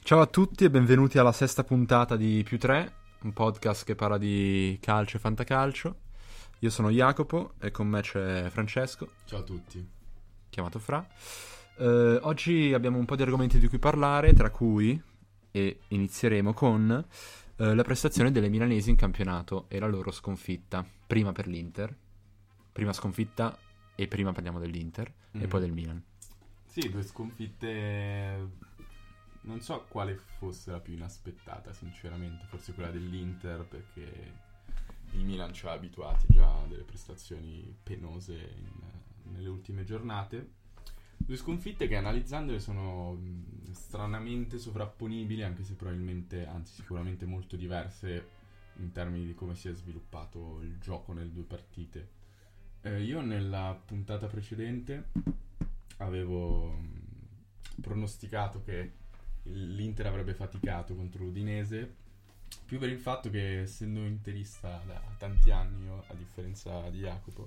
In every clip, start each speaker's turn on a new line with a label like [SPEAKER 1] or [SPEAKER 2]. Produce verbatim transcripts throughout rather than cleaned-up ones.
[SPEAKER 1] Ciao a tutti e benvenuti alla sesta puntata di Più tre, un podcast che parla di calcio e fantacalcio. Io sono Jacopo e con me c'è Francesco.
[SPEAKER 2] Ciao a tutti.
[SPEAKER 1] Chiamato Fra. Eh, oggi abbiamo un po' di argomenti di cui parlare, tra cui, e inizieremo con eh, la prestazione delle milanesi in campionato e la loro sconfitta. Prima per l'Inter, prima sconfitta e prima parliamo dell'Inter
[SPEAKER 2] Mm.
[SPEAKER 1] e poi del Milan.
[SPEAKER 2] Sì, due sconfitte. Non so quale fosse la più inaspettata, sinceramente. Forse quella dell'Inter, perché il Milan ci ha abituati già a delle prestazioni penose in- nelle ultime giornate. Due sconfitte che, analizzandole, sono mh, stranamente sovrapponibili, anche se probabilmente, anzi sicuramente molto diverse in termini di come si è sviluppato il gioco nelle due partite. Eh, io nella puntata precedente avevo mh, pronosticato che l'Inter avrebbe faticato contro l'Udinese, più per il fatto che, essendo interista da tanti anni, io, a differenza di Jacopo,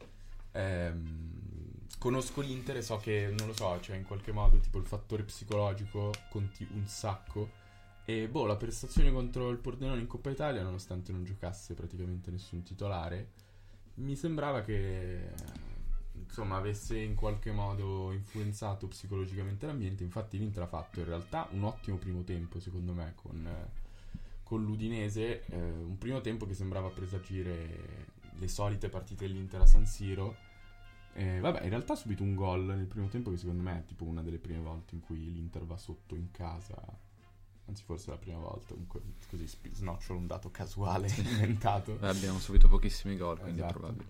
[SPEAKER 2] ehm, conosco l'Inter e so che, non lo so, cioè in qualche modo tipo il fattore psicologico conti un sacco. E boh, la prestazione contro il Pordenone in Coppa Italia, nonostante non giocasse praticamente nessun titolare, mi sembrava che insomma avesse in qualche modo influenzato psicologicamente l'ambiente. Infatti l'Inter ha fatto in realtà un ottimo primo tempo, secondo me, con, eh, con l'Udinese, eh, un primo tempo che sembrava presagire le solite partite dell'Inter a San Siro. Eh, vabbè, in realtà ha subito un gol nel primo tempo che secondo me è tipo una delle prime volte in cui l'Inter va sotto in casa, anzi forse la prima volta, comunque così sp- snocciolo un dato casuale inventato.
[SPEAKER 1] Beh, abbiamo subito pochissimi gol, quindi
[SPEAKER 2] Esatto.
[SPEAKER 1] è probabile.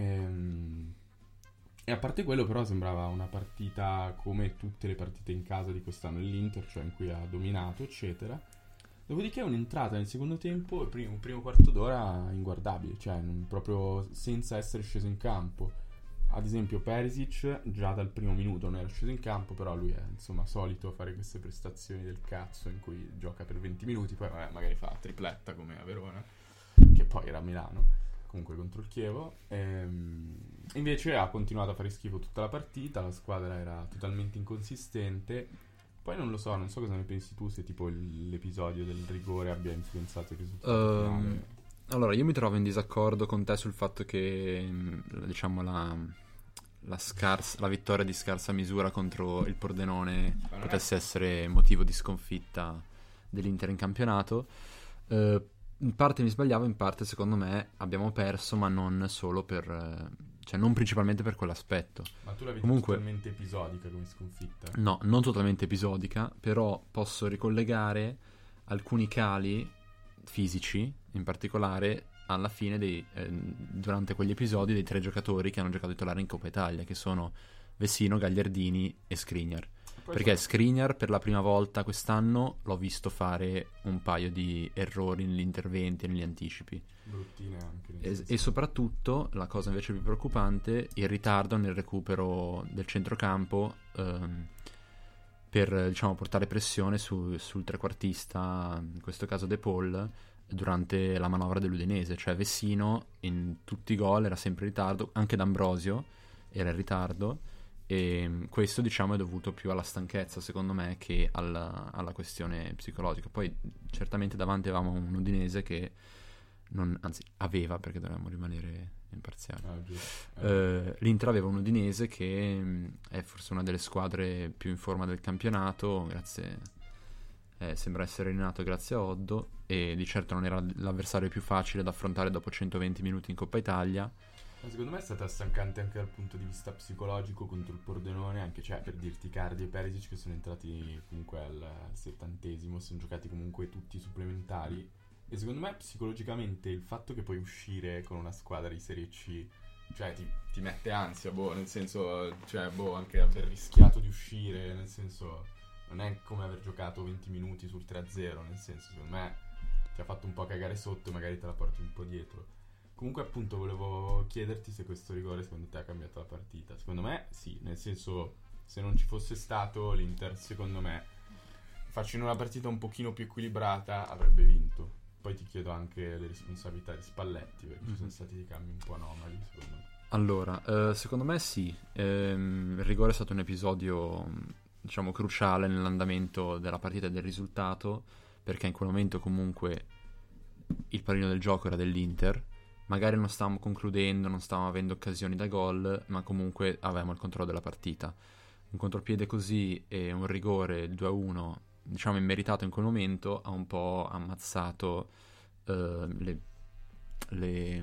[SPEAKER 2] Ehm, E a parte quello, però, sembrava una partita come tutte le partite in casa di quest'anno dell'Inter, cioè in cui ha dominato, eccetera. Dopodiché un'entrata nel secondo tempo e primo, un primo quarto d'ora inguardabile, cioè non- proprio senza essere sceso in campo. Ad esempio Perisic già dal primo minuto non era sceso in campo, però lui è insomma solito fare queste prestazioni del cazzo in cui gioca per venti minuti, poi vabbè, magari fa tripletta come a Verona, che poi era a Milano, comunque contro il Chievo. Ehm, invece ha continuato a fare schifo tutta la partita, la squadra era totalmente inconsistente. Poi non lo so, non so cosa ne pensi tu, se tipo il- l'episodio del rigore abbia influenzato il risultato
[SPEAKER 1] Ehm,
[SPEAKER 2] finale.
[SPEAKER 1] allora, io mi trovo in disaccordo con te sul fatto che, mh, diciamo, la, la, scarsa, la vittoria di scarsa misura contro il Pordenone
[SPEAKER 2] Ma non è-
[SPEAKER 1] potesse essere motivo di sconfitta dell'Inter in campionato. Eh, in parte mi sbagliavo, in parte secondo me abbiamo perso, ma non solo per, eh, cioè non principalmente per quell'aspetto.
[SPEAKER 2] Ma tu la vedi
[SPEAKER 1] Comunque-
[SPEAKER 2] totalmente episodica come sconfitta?
[SPEAKER 1] No, non totalmente episodica, però posso ricollegare alcuni cali fisici, in particolare alla fine dei, eh, durante quegli episodi, dei tre giocatori che hanno giocato titolare in Coppa Italia, che sono Vessino, Gagliardini e Skriniar.
[SPEAKER 2] Poi
[SPEAKER 1] Perché
[SPEAKER 2] sono-
[SPEAKER 1] Skriniar per la prima volta quest'anno l'ho visto fare un paio di errori negli interventi e negli anticipi.
[SPEAKER 2] bruttine anche, nel
[SPEAKER 1] E,
[SPEAKER 2] senso-
[SPEAKER 1] e soprattutto, la cosa invece più preoccupante, il ritardo nel recupero del centrocampo, ehm, per, diciamo, portare pressione su- sul trequartista, in questo caso De Paul, durante la manovra dell'Udinese. Cioè Vessino in tutti i gol era sempre in ritardo, anche D'Ambrosio era in ritardo, e questo, diciamo, è dovuto più alla stanchezza, secondo me, che alla, alla questione psicologica. Poi certamente davanti avevamo un Udinese che non, anzi aveva, perché dovevamo rimanere imparziali.
[SPEAKER 2] Ah, giusto. Eh,
[SPEAKER 1] Eh, L'Inter aveva un Udinese che mh, è forse una delle squadre più in forma del campionato, grazie, eh, sembra essere rinato grazie a Oddo, e di certo non era l'avversario più facile da affrontare dopo centoventi minuti in Coppa Italia.
[SPEAKER 2] ma secondo me è stata stancante anche dal punto di vista psicologico contro il Pordenone, anche, cioè, per dirti, Cardi e Perisic, che sono entrati comunque al, al settantesimo, sono giocati comunque tutti supplementari. E secondo me psicologicamente il fatto che puoi uscire con una squadra di Serie C, cioè ti, ti mette ansia, boh, nel senso, cioè, boh, anche aver rischiato di uscire, nel senso, non è come aver giocato venti minuti sul tre a zero, nel senso, secondo me ti ha fatto un po' cagare sotto e magari te la porti un po' dietro. Comunque, appunto, volevo chiederti se questo rigore secondo te ha cambiato la partita. Secondo me sì, nel senso, se non ci fosse stato, l'Inter, secondo me, facendo una partita un pochino più equilibrata, avrebbe vinto. Poi ti chiedo anche le responsabilità di Spalletti, perché ci sono
[SPEAKER 1] Mhm.
[SPEAKER 2] stati dei cambi un po' anomali, secondo me.
[SPEAKER 1] Allora, eh, secondo me sì. Ehm, il rigore è stato un episodio mh, diciamo, cruciale nell'andamento della partita e del risultato, perché in quel momento comunque il pallino del gioco era dell'Inter, magari non stavamo concludendo, non stavamo avendo occasioni da gol, ma comunque avevamo il controllo della partita. Un contropiede così e un rigore due a uno, diciamo immeritato in quel momento, ha un po' ammazzato uh, le, le,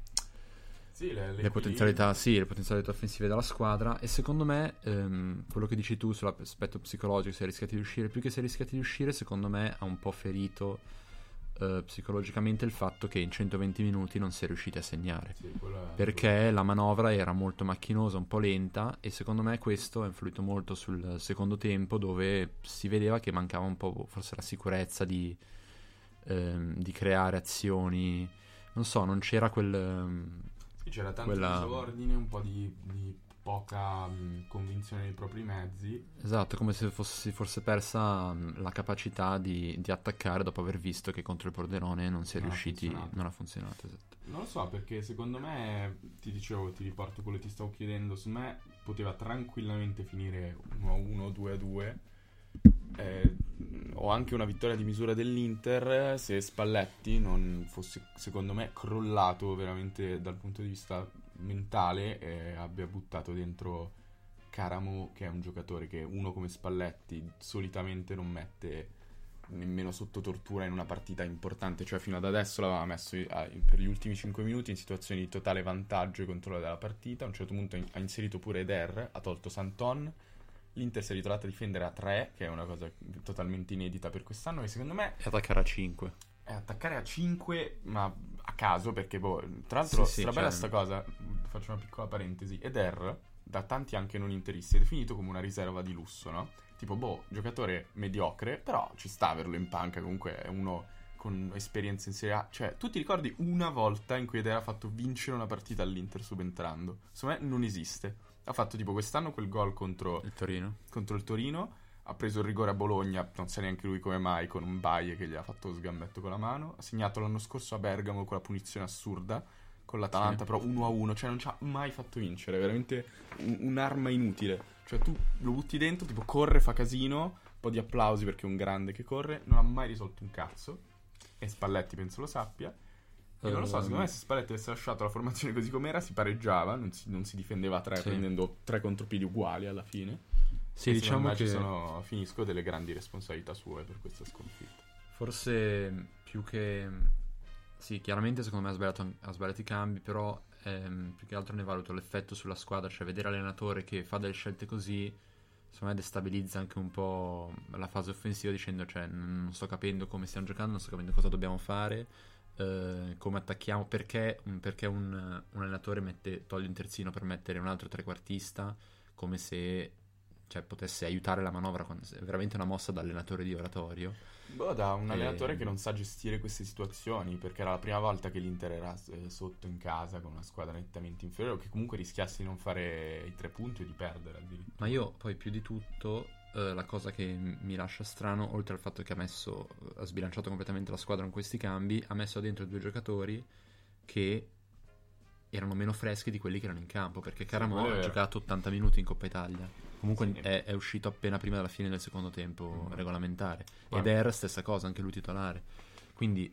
[SPEAKER 2] sì, le,
[SPEAKER 1] le potenzialità, sì, le potenzialità offensive della squadra. E secondo me um, quello che dici tu sull'aspetto psicologico, se è rischiati di uscire, più che se è rischiati di uscire, secondo me ha un po' ferito uh, psicologicamente il fatto che in centoventi minuti non si è riusciti a segnare,
[SPEAKER 2] sì, quella,
[SPEAKER 1] perché
[SPEAKER 2] quella...
[SPEAKER 1] la manovra era molto macchinosa, un po' lenta, e secondo me questo ha influito molto sul secondo tempo, dove si vedeva che mancava un po' forse la sicurezza di, ehm, di creare azioni, non so, non c'era quel... ehm,
[SPEAKER 2] sì, c'era tanto
[SPEAKER 1] quella...
[SPEAKER 2] disordine, un po' di, di poca mh, convinzione nei propri mezzi.
[SPEAKER 1] Esatto, come se fosse, si fosse persa mh, la capacità di, di attaccare dopo aver visto che contro il Pordenone non si è
[SPEAKER 2] Non ha
[SPEAKER 1] riusciti,
[SPEAKER 2] funzionato.
[SPEAKER 1] non ha funzionato, esatto.
[SPEAKER 2] Non lo so, perché secondo me, ti dicevo, ti riporto quello che ti stavo chiedendo, secondo me poteva tranquillamente finire uno a uno, due a due, eh, o anche una vittoria di misura dell'Inter se Spalletti non fosse, secondo me, crollato veramente dal punto di vista mentale e abbia buttato dentro Caramo, che è un giocatore che uno come Spalletti solitamente non mette nemmeno sotto tortura in una partita importante, cioè fino ad adesso l'aveva messo per gli ultimi cinque minuti in situazioni di totale vantaggio e controllo della partita. A un certo punto ha inserito pure Eder, ha tolto Santon, l'Inter si è ritrovata a difendere a tre, che è una cosa totalmente inedita per quest'anno, e secondo me
[SPEAKER 1] E attaccare a cinque.
[SPEAKER 2] è attaccare a cinque, ma a caso, perché boh, tra l'altro
[SPEAKER 1] Sì, sì,
[SPEAKER 2] strabella
[SPEAKER 1] cioè...
[SPEAKER 2] sta cosa, faccio una piccola parentesi, Eder da tanti anche non interisti è definito come una riserva di lusso, no? Tipo, boh, giocatore mediocre, però ci sta averlo in panca, comunque è uno con esperienza in Serie A. Cioè, tu ti ricordi una volta in cui Eder ha fatto vincere una partita all'Inter subentrando? Secondo me non esiste. Ha fatto tipo quest'anno quel gol contro
[SPEAKER 1] il Torino.
[SPEAKER 2] contro il Torino, ha preso il rigore a Bologna, non sa neanche lui come mai, con un Baie che gli ha fatto lo sgambetto con la mano, ha segnato l'anno scorso a Bergamo con la punizione assurda, con l'Atalanta, sì. Però uno a uno, cioè non ci ha mai fatto vincere, è veramente un, un'arma inutile. Cioè tu lo butti dentro, tipo corre, fa casino, un po' di applausi perché è un grande che corre, non ha mai risolto un cazzo, e Spalletti penso lo sappia. E non lo so, secondo me se Spalletti avesse lasciato la formazione così com'era si pareggiava, non si, non si difendeva a tre, sì, prendendo tre contropiedi uguali alla fine.
[SPEAKER 1] Sì,
[SPEAKER 2] e
[SPEAKER 1] diciamo
[SPEAKER 2] che
[SPEAKER 1] ci
[SPEAKER 2] sono, finisco, delle grandi responsabilità sue per questa sconfitta.
[SPEAKER 1] Forse più che... Sì, chiaramente secondo me ha sbagliato, ha sbagliato i cambi, però ehm, più che altro ne valuto l'effetto sulla squadra, cioè vedere l'allenatore che fa delle scelte così, secondo me destabilizza anche un po' la fase offensiva, dicendo, cioè non sto capendo come stiamo giocando, non sto capendo cosa dobbiamo fare, eh, come attacchiamo, perché, perché un, un allenatore mette, toglie un terzino per mettere un altro trequartista, come se, cioè, potesse aiutare la manovra, quando è veramente una mossa da allenatore di oratorio.
[SPEAKER 2] Boh, da un allenatore
[SPEAKER 1] e...
[SPEAKER 2] che non sa gestire queste situazioni, perché era la prima volta che l'Inter era eh, sotto in casa con una squadra nettamente inferiore, o che comunque rischiasse di non fare i tre punti o di perdere addirittura.
[SPEAKER 1] Ma io poi più di tutto eh, la cosa che m- mi lascia strano, oltre al fatto che ha messo, ha sbilanciato completamente la squadra con questi cambi, ha messo dentro due giocatori che erano meno freschi di quelli che erano in campo, perché Caramo
[SPEAKER 2] sì,
[SPEAKER 1] ha giocato ottanta minuti in Coppa Italia. Comunque
[SPEAKER 2] sì.
[SPEAKER 1] è, è uscito appena prima della fine del secondo tempo mm. regolamentare.
[SPEAKER 2] Guarda.
[SPEAKER 1] Ed era stessa cosa, anche lui titolare. Quindi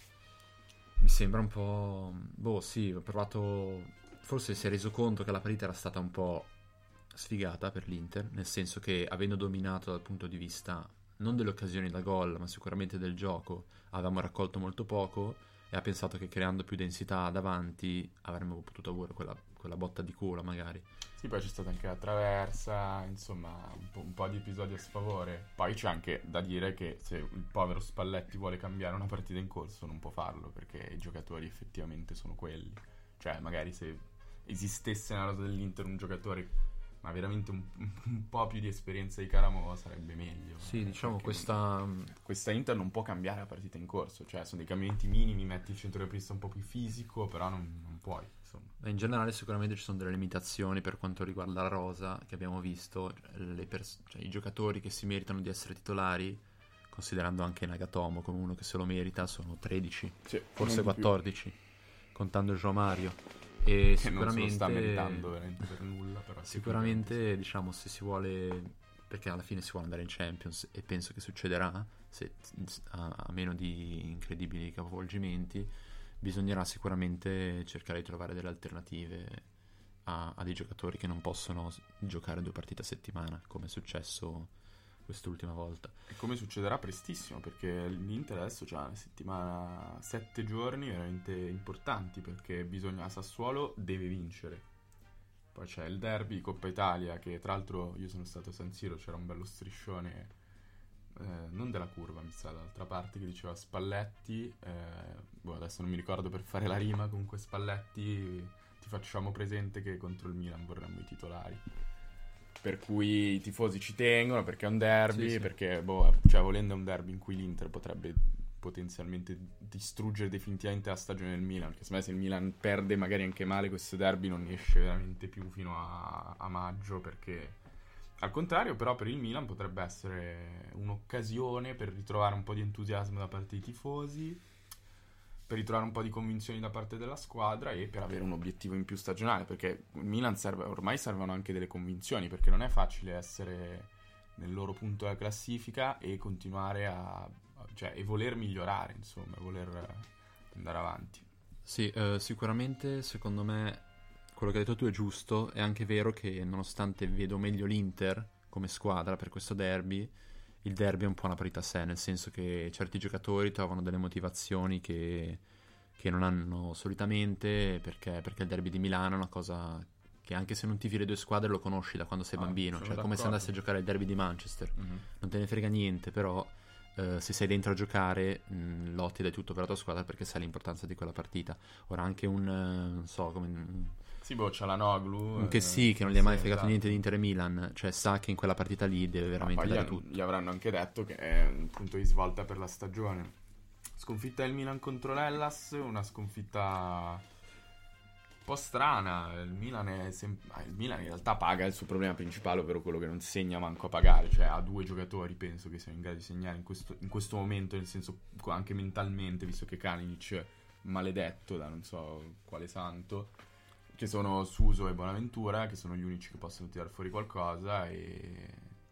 [SPEAKER 1] mi sembra un po'... Boh, sì, ho provato... Forse si è reso conto che la partita era stata un po' sfigata per l'Inter, nel senso che avendo dominato dal punto di vista non delle occasioni da gol, ma sicuramente del gioco, avevamo raccolto molto poco, e ha pensato che creando più densità davanti avremmo potuto avere quella, quella botta di culo magari.
[SPEAKER 2] Sì, poi c'è stata anche la traversa, insomma un po', un po' di episodi a sfavore. Poi c'è anche da dire che se il povero Spalletti vuole cambiare una partita in corso non può farlo, perché i giocatori effettivamente sono quelli. Cioè magari se esistesse nella rosa dell'Inter un giocatore ma veramente un, un po' più di esperienza di Caramo sarebbe meglio.
[SPEAKER 1] Sì, diciamo questa...
[SPEAKER 2] questa Inter non può cambiare la partita in corso, cioè sono dei cambiamenti minimi, metti il centrocampista un po' più fisico, però non, non puoi, insomma.
[SPEAKER 1] In generale sicuramente ci sono delle limitazioni per quanto riguarda la rosa che abbiamo visto, le pers- cioè, i giocatori che si meritano di essere titolari, considerando anche Nagatomo come uno che se lo merita, sono tredici,
[SPEAKER 2] sì,
[SPEAKER 1] forse quattordici, contando João Mario. E
[SPEAKER 2] che
[SPEAKER 1] sicuramente
[SPEAKER 2] non se lo sta meritando veramente per nulla, però
[SPEAKER 1] sicuramente diciamo se si vuole perché alla fine si vuole andare in Champions e penso che succederà, se, a, a meno di incredibili capovolgimenti, bisognerà sicuramente cercare di trovare delle alternative a, a dei giocatori che non possono giocare due partite a settimana, come è successo quest'ultima volta.
[SPEAKER 2] E come succederà prestissimo, perché l'Inter adesso c'ha una settimana, sette giorni veramente importanti, perché bisogna, Sassuolo deve vincere. Poi c'è il derby, Coppa Italia, che tra l'altro io sono stato a San Siro, c'era un bello striscione, eh, non della curva, mi sa, dall'altra parte, che diceva Spalletti, eh, boh, adesso non mi ricordo per fare la rima, comunque Spalletti, ti facciamo presente che contro il Milan vorremmo i titolari. Per cui i tifosi ci tengono, perché è un derby, sì, sì. perché, boh, cioè volendo è un derby in cui l'Inter potrebbe potenzialmente distruggere definitivamente la stagione del Milan, perché secondo me se il Milan perde magari anche male questo derby non ne esce veramente più fino a, a maggio, perché al contrario però per il Milan potrebbe essere un'occasione per ritrovare un po' di entusiasmo da parte dei tifosi, per ritrovare un po' di convinzioni da parte della squadra e per avere un obiettivo in più stagionale, perché il Milan serve, ormai servono anche delle convinzioni, perché non è facile essere nel loro punto della classifica e continuare a cioè e voler migliorare, insomma, voler andare avanti.
[SPEAKER 1] Sì, eh, sicuramente secondo me quello che hai detto tu è giusto. È anche vero che nonostante vedo meglio l'Inter come squadra per questo derby, il derby è un po' una parità a sé, nel senso che certi giocatori trovano delle motivazioni che, che non hanno solitamente, perché, perché il derby di Milano è una cosa che anche se non tifi le due squadre lo conosci da quando sei ah, bambino, cioè come se andassi a giocare il derby di Manchester, mm-hmm. non te ne frega niente, però Uh, se sei dentro a giocare mh, lotti dai tutto per la tua squadra perché sai l'importanza di quella partita. Ora anche un uh, non so come un,
[SPEAKER 2] sì, boh, c'è la Noglu
[SPEAKER 1] un che sì, eh, che non gli ha mai fregato esatto. niente di Inter e Milan, cioè sa che in quella partita lì deve veramente dare
[SPEAKER 2] gli,
[SPEAKER 1] tutto.
[SPEAKER 2] Gli avranno anche detto che è un punto di svolta per la stagione. Sconfitta del Milan contro l'Hellas, una sconfitta un po' strana. Il Milan, è sem- il Milan in realtà paga il suo problema principale, ovvero quello che non segna manco a pagare, cioè ha due giocatori penso che siano in grado di segnare in questo, in questo momento, nel senso anche mentalmente, visto che Kalinic maledetto da non so quale santo, che sono Suso e Bonaventura, che sono gli unici che possono tirare fuori qualcosa. E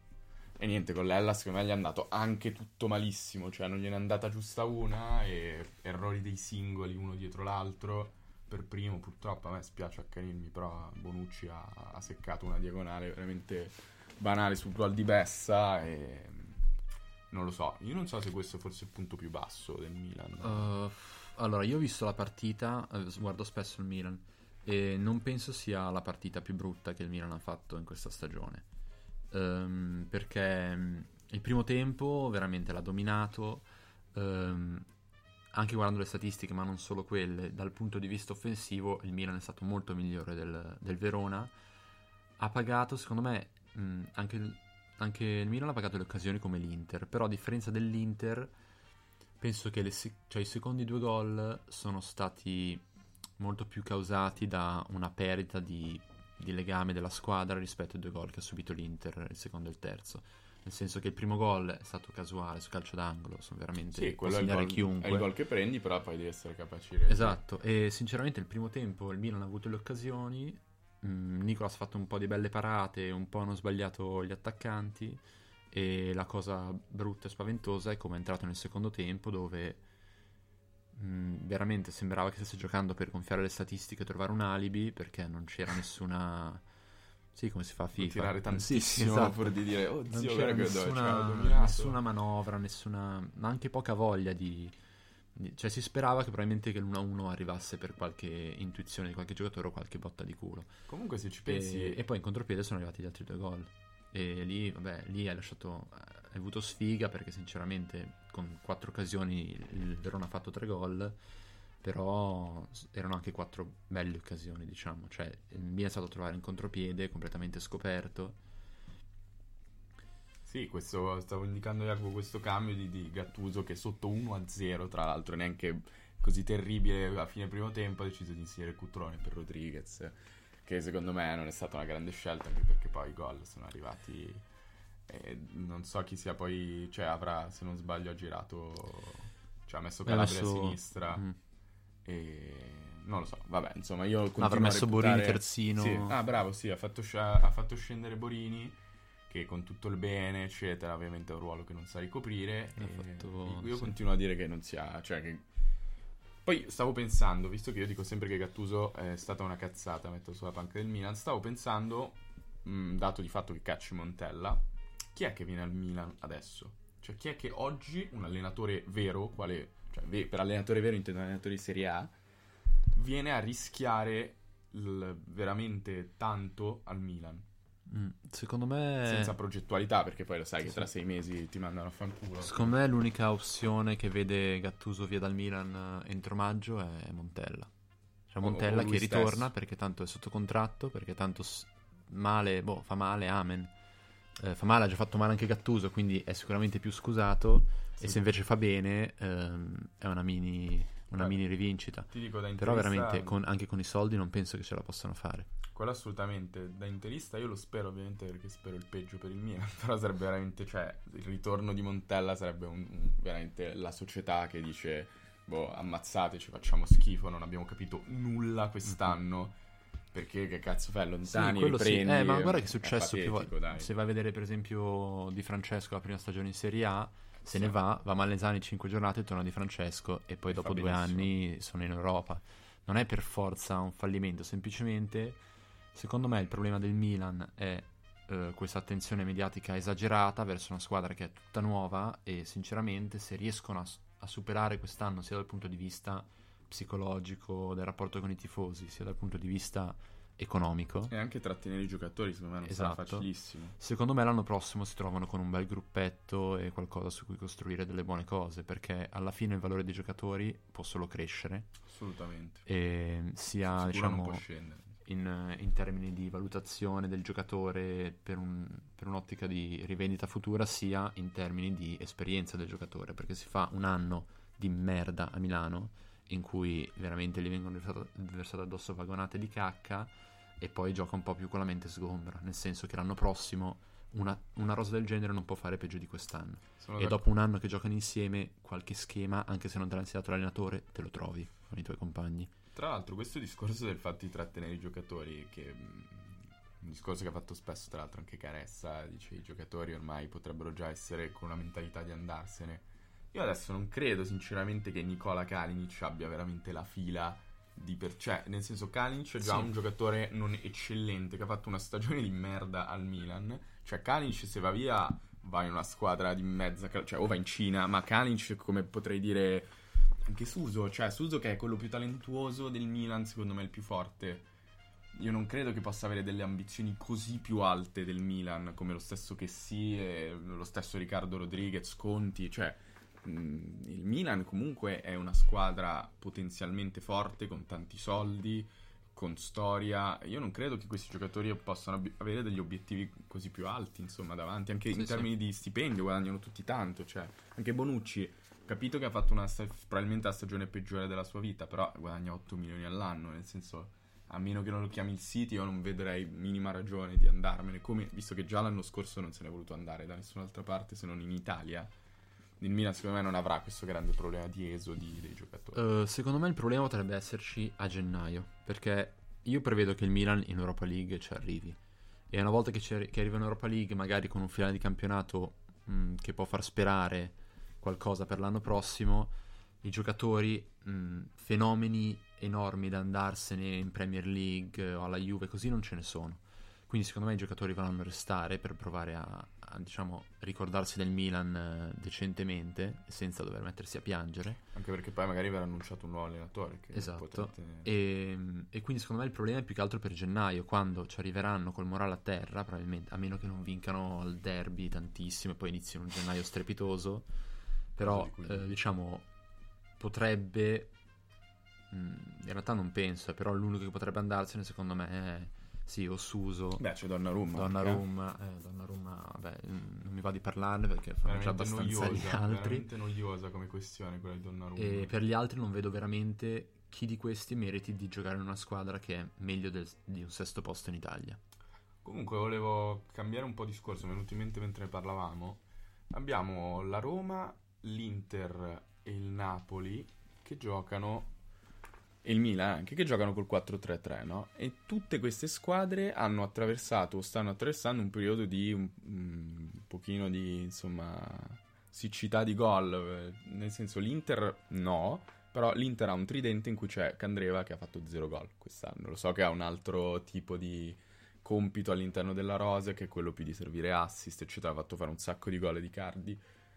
[SPEAKER 2] e niente, con l'Hellas secondo me gli è andato anche tutto malissimo, cioè non gliene è andata giusta una, e errori dei singoli uno dietro l'altro. Per primo, purtroppo, a me spiace accanirmi, però Bonucci ha, ha seccato una diagonale veramente banale sul gol di Bessa e non lo so, io non so se questo è forse il punto più basso del Milan.
[SPEAKER 1] Uh, allora, io ho visto la partita, eh, guardo spesso il Milan e non penso sia la partita più brutta che il Milan ha fatto in questa stagione, um, perché um, il primo tempo veramente l'ha dominato, um, anche guardando le statistiche, ma non solo quelle, dal punto di vista offensivo il Milan è stato molto migliore del, del Verona. Ha pagato, secondo me, mh, anche, il, anche il Milan ha pagato le occasioni come l'Inter, però a differenza dell'Inter penso che le, cioè, i secondi due gol sono stati molto più causati da una perdita di, di legame della squadra rispetto ai due gol che ha subito l'Inter, il secondo e il terzo. Nel senso che il primo gol è stato casuale su calcio d'angolo, sono veramente
[SPEAKER 2] sì, quello è il, gol,
[SPEAKER 1] chiunque.
[SPEAKER 2] È il gol che prendi, però poi devi essere capaci di...
[SPEAKER 1] Esatto, e sinceramente il primo tempo il Milan ha avuto le occasioni, mm, Nicolas ha fatto un po' di belle parate, un po' hanno sbagliato gli attaccanti, e la cosa brutta e spaventosa è come è entrato nel secondo tempo, dove mh, veramente sembrava che stesse giocando per gonfiare le statistiche e trovare un alibi, perché non c'era nessuna... Sì, come si fa a FIFA.
[SPEAKER 2] Tirare tantissimo,
[SPEAKER 1] sì, sì, esatto.
[SPEAKER 2] Pur di dire, oh zio,
[SPEAKER 1] c'era
[SPEAKER 2] che
[SPEAKER 1] nessuna, nessuna manovra, nessuna, ma anche poca voglia di, di... Cioè si sperava che probabilmente che l'uno a uno arrivasse per qualche intuizione di qualche giocatore o qualche botta di culo.
[SPEAKER 2] Comunque se ci pensi...
[SPEAKER 1] E, e poi in contropiede sono arrivati gli altri due gol. E lì, vabbè, lì hai lasciato... Hai avuto sfiga, perché sinceramente con quattro occasioni il Verona ha fatto tre gol, però erano anche quattro belle occasioni, diciamo, cioè il Milan è stato a trovare in contropiede completamente scoperto.
[SPEAKER 2] Sì, questo stavo indicando Jacopo, questo cambio di, di Gattuso, che sotto uno a zero, tra l'altro neanche così terribile a fine primo tempo, ha deciso di inserire Cutrone per Rodriguez, che secondo me non è stata una grande scelta, anche perché poi i gol sono arrivati e non so chi sia poi, cioè avrà, se non sbaglio ha girato, cioè ha messo Calabria messo... a sinistra. Mm. E non lo so, vabbè, insomma, io continuo
[SPEAKER 1] avrà messo
[SPEAKER 2] a reputare...
[SPEAKER 1] Borini terzino.
[SPEAKER 2] Sì. Ah, bravo, sì, ha fatto, sc- ha fatto scendere Borini, che con tutto il bene eccetera ovviamente è un ruolo che non sa ricoprire,
[SPEAKER 1] Ha
[SPEAKER 2] e
[SPEAKER 1] fatto-
[SPEAKER 2] io
[SPEAKER 1] sì.
[SPEAKER 2] continuo a dire che non sia, cioè che poi stavo pensando, visto che io dico sempre che Gattuso è stata una cazzata metterlo sulla panca del Milan, stavo pensando, mh, dato di fatto che cacci Montella, chi è che viene al Milan adesso? Cioè chi è che oggi un allenatore vero, quale, cioè ve- per allenatore vero intendo allenatore di Serie A, viene a rischiare l- veramente tanto al Milan?
[SPEAKER 1] Mm, secondo me
[SPEAKER 2] Senza progettualità, perché poi lo sai
[SPEAKER 1] Sì,
[SPEAKER 2] che
[SPEAKER 1] sì.
[SPEAKER 2] tra sei mesi ti mandano a fanculo.
[SPEAKER 1] secondo me l'unica opzione che vede Gattuso via dal Milan eh, entro maggio è Montella. Cioè
[SPEAKER 2] O-
[SPEAKER 1] Montella
[SPEAKER 2] o lui
[SPEAKER 1] che ritorna
[SPEAKER 2] stesso.
[SPEAKER 1] perché tanto è sotto contratto, perché tanto s- male, boh, fa male, amen. Eh, fa male, ha già fatto male anche Gattuso, quindi è sicuramente più scusato.
[SPEAKER 2] Sì.
[SPEAKER 1] E se invece fa bene, ehm, è una mini, una
[SPEAKER 2] Guarda,
[SPEAKER 1] mini rivincita.
[SPEAKER 2] Ti dico da
[SPEAKER 1] Però
[SPEAKER 2] interista,
[SPEAKER 1] veramente, con- anche con i soldi, non penso che ce la possano fare.
[SPEAKER 2] quello assolutamente, da interista io lo spero ovviamente perché spero il peggio per il Milan, però sarebbe veramente, cioè, il ritorno di Montella sarebbe un, un- veramente la società che dice, boh, ammazzateci, facciamo schifo, non abbiamo capito nulla quest'anno, perché che cazzo fai, lontani,
[SPEAKER 1] quello sì.
[SPEAKER 2] riprendi,
[SPEAKER 1] Eh, ma guarda che è
[SPEAKER 2] è
[SPEAKER 1] successo più
[SPEAKER 2] patetico,
[SPEAKER 1] volte.
[SPEAKER 2] dai.
[SPEAKER 1] Se vai a vedere, per esempio, Di Francesco la prima stagione in Serie A, se
[SPEAKER 2] Sì.
[SPEAKER 1] ne va, va a Malesani cinque giornate, torna Di Francesco e poi
[SPEAKER 2] E fa
[SPEAKER 1] dopo due
[SPEAKER 2] benissimo.
[SPEAKER 1] anni sono in Europa. Non è per forza un fallimento, semplicemente, secondo me, il problema del Milan è eh, questa attenzione mediatica esagerata verso una squadra che è tutta nuova e, sinceramente, se riescono a, a superare quest'anno sia dal punto di vista psicologico, del rapporto con i tifosi, sia dal punto di vista economico,
[SPEAKER 2] E anche trattenere i giocatori, secondo me non sarà
[SPEAKER 1] Esatto.
[SPEAKER 2] facilissimo.
[SPEAKER 1] secondo me l'anno prossimo si trovano con un bel gruppetto e qualcosa su cui costruire delle buone cose, perché alla fine il valore dei giocatori può solo crescere,
[SPEAKER 2] Assolutamente.
[SPEAKER 1] e sia
[SPEAKER 2] Sicuro non può
[SPEAKER 1] diciamo
[SPEAKER 2] scendere.
[SPEAKER 1] in, in termini di valutazione del giocatore per, un- per un'ottica di rivendita futura, sia in termini di esperienza del giocatore, perché si fa un anno di merda a Milano in cui veramente gli vengono versate, versate addosso vagonate di cacca, e poi gioca un po' più con la mente sgombra, nel senso che l'anno prossimo una, una rosa del genere non può fare peggio di quest'anno.
[SPEAKER 2] Sono
[SPEAKER 1] E
[SPEAKER 2] d'accordo.
[SPEAKER 1] dopo un anno che giocano insieme, qualche schema, anche se non te l'ha insegnato l'allenatore, te lo trovi con i tuoi compagni.
[SPEAKER 2] Tra l'altro questo discorso del fatto di trattenere i giocatori, che mh, un discorso che ha fatto spesso tra l'altro anche Caressa, dice i giocatori ormai potrebbero già essere con una mentalità di andarsene. Io adesso non credo sinceramente che Nikola Kalinic abbia veramente la fila di per... cioè nel senso Kalinic è già
[SPEAKER 1] Sì.
[SPEAKER 2] un giocatore non eccellente che ha fatto una stagione di merda al Milan, cioè Kalinic se va via va in una squadra di mezza, cioè o va in Cina, ma Kalinic, come potrei dire, anche Suso, cioè Suso che è quello più talentuoso del Milan, secondo me il più forte. Io non credo che possa avere delle ambizioni così più alte del Milan, come lo stesso Chessy e lo stesso Riccardo Rodriguez, Conti, cioè mh, il Milan comunque è una squadra potenzialmente forte, con tanti soldi, con storia. Io non credo che questi giocatori possano ab- avere degli obiettivi così più alti, insomma, davanti, anche
[SPEAKER 1] Sì,
[SPEAKER 2] in
[SPEAKER 1] sì.
[SPEAKER 2] termini di stipendio guadagnano tutti tanto, cioè anche Bonucci, capito che ha fatto una sta- probabilmente la stagione peggiore della sua vita, però guadagna otto milioni all'anno, nel senso, a meno che non lo chiami il City, io non vedrei minima ragione di andarmene, come, visto che già l'anno scorso non se ne è voluto andare da nessun'altra parte se non in Italia. Il Milan secondo me non avrà questo grande problema di esodi dei giocatori.
[SPEAKER 1] Uh, secondo me il problema potrebbe esserci a gennaio, perché io prevedo che il Milan in Europa League ci arrivi, e una volta che, ci- che arriva in Europa League, magari con un finale di campionato mh, che può far sperare qualcosa per l'anno prossimo, i giocatori, mh, fenomeni enormi da andarsene in Premier League o alla Juve, così non ce ne sono. Quindi secondo me i giocatori vorranno restare per provare a, a, diciamo, ricordarsi del Milan eh, decentemente, senza dover mettersi a piangere.
[SPEAKER 2] Anche perché poi magari verrà annunciato un nuovo allenatore che
[SPEAKER 1] Esatto.
[SPEAKER 2] potrà tenere.
[SPEAKER 1] E, e quindi secondo me il problema è più che altro per gennaio, quando ci arriveranno col morale a terra, probabilmente, a meno che non vincano il derby tantissimo e poi iniziano un gennaio strepitoso. Però
[SPEAKER 2] Cosa di cui-
[SPEAKER 1] eh, diciamo potrebbe, mh, in realtà non penso, però l'unico che potrebbe andarsene secondo me è sì, o Suso,
[SPEAKER 2] Beh, c'è Donnarumma.
[SPEAKER 1] Donnarumma, eh, Donnarumma, vabbè, mh, non mi va di parlarne perché fanno già
[SPEAKER 2] Veramente
[SPEAKER 1] abbastanza
[SPEAKER 2] noiosa,
[SPEAKER 1] gli altri.
[SPEAKER 2] veramente noiosa come questione quella di Donnarumma.
[SPEAKER 1] E per gli altri non vedo veramente chi di questi meriti di giocare in una squadra che è meglio del- di un sesto posto in Italia.
[SPEAKER 2] Comunque volevo cambiare un po' discorso, mi è venuto in mente mentre ne parlavamo. Abbiamo la Roma, l'Inter e il Napoli che giocano e il Milan anche, che giocano col quattro tre tre, no? E tutte queste squadre hanno attraversato o stanno attraversando un periodo di un, un pochino di, insomma, siccità di gol. Nel senso, l'Inter no, però l'Inter ha un tridente in cui c'è Candreva che ha fatto zero gol quest'anno. Lo so che ha un altro tipo di compito all'interno della rosa, che è quello più di servire assist, eccetera. Ha fatto fare un sacco di gol di Icardi.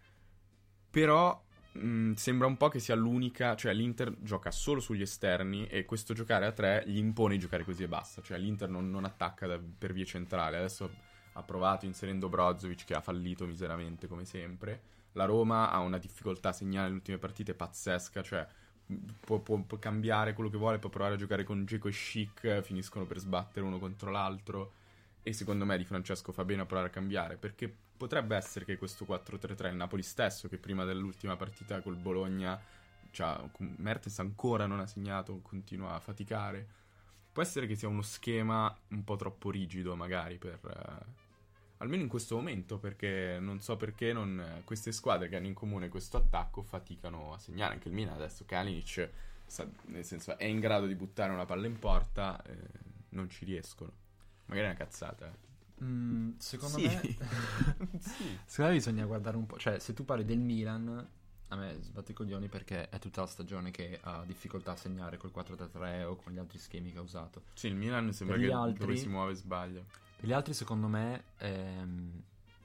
[SPEAKER 2] Però mh, sembra un po' che sia l'unica, cioè l'Inter gioca solo sugli esterni e questo giocare a tre gli impone di giocare così e basta. Cioè l'Inter non, non attacca da, per vie centrali. Adesso ha provato inserendo Brozovic, che ha fallito miseramente come sempre. La Roma ha una difficoltà a segnare nelle ultime partite pazzesca, cioè può, può, può cambiare quello che vuole, può provare a giocare con Dzeko e Schick, finiscono per sbattere uno contro l'altro. E secondo me Di Francesco fa bene a provare a cambiare, perché potrebbe essere che questo quattro tre tre, il Napoli stesso, che prima dell'ultima partita col Bologna, cioè, Mertens ancora non ha segnato, continua a faticare. Può essere che sia uno schema un po' troppo rigido, magari, per eh, almeno in questo momento, perché non so perché non, queste squadre che hanno in comune questo attacco faticano a segnare. Anche il Milan adesso, Kalinic, sa, nel senso, è in grado di buttare una palla in porta, eh, non ci riescono. Magari è una cazzata, eh.
[SPEAKER 1] Mm, secondo
[SPEAKER 2] Sì.
[SPEAKER 1] me
[SPEAKER 2] Sì.
[SPEAKER 1] secondo me bisogna guardare un po', cioè se tu parli del Milan a me sbatte i coglioni perché è tutta la stagione che ha difficoltà a segnare col quattro tre tre o con gli altri schemi che ha usato.
[SPEAKER 2] Sì, il Milan sembra
[SPEAKER 1] Per gli
[SPEAKER 2] che
[SPEAKER 1] altri-
[SPEAKER 2] dove si muove sbaglia.
[SPEAKER 1] Per gli altri secondo me ehm,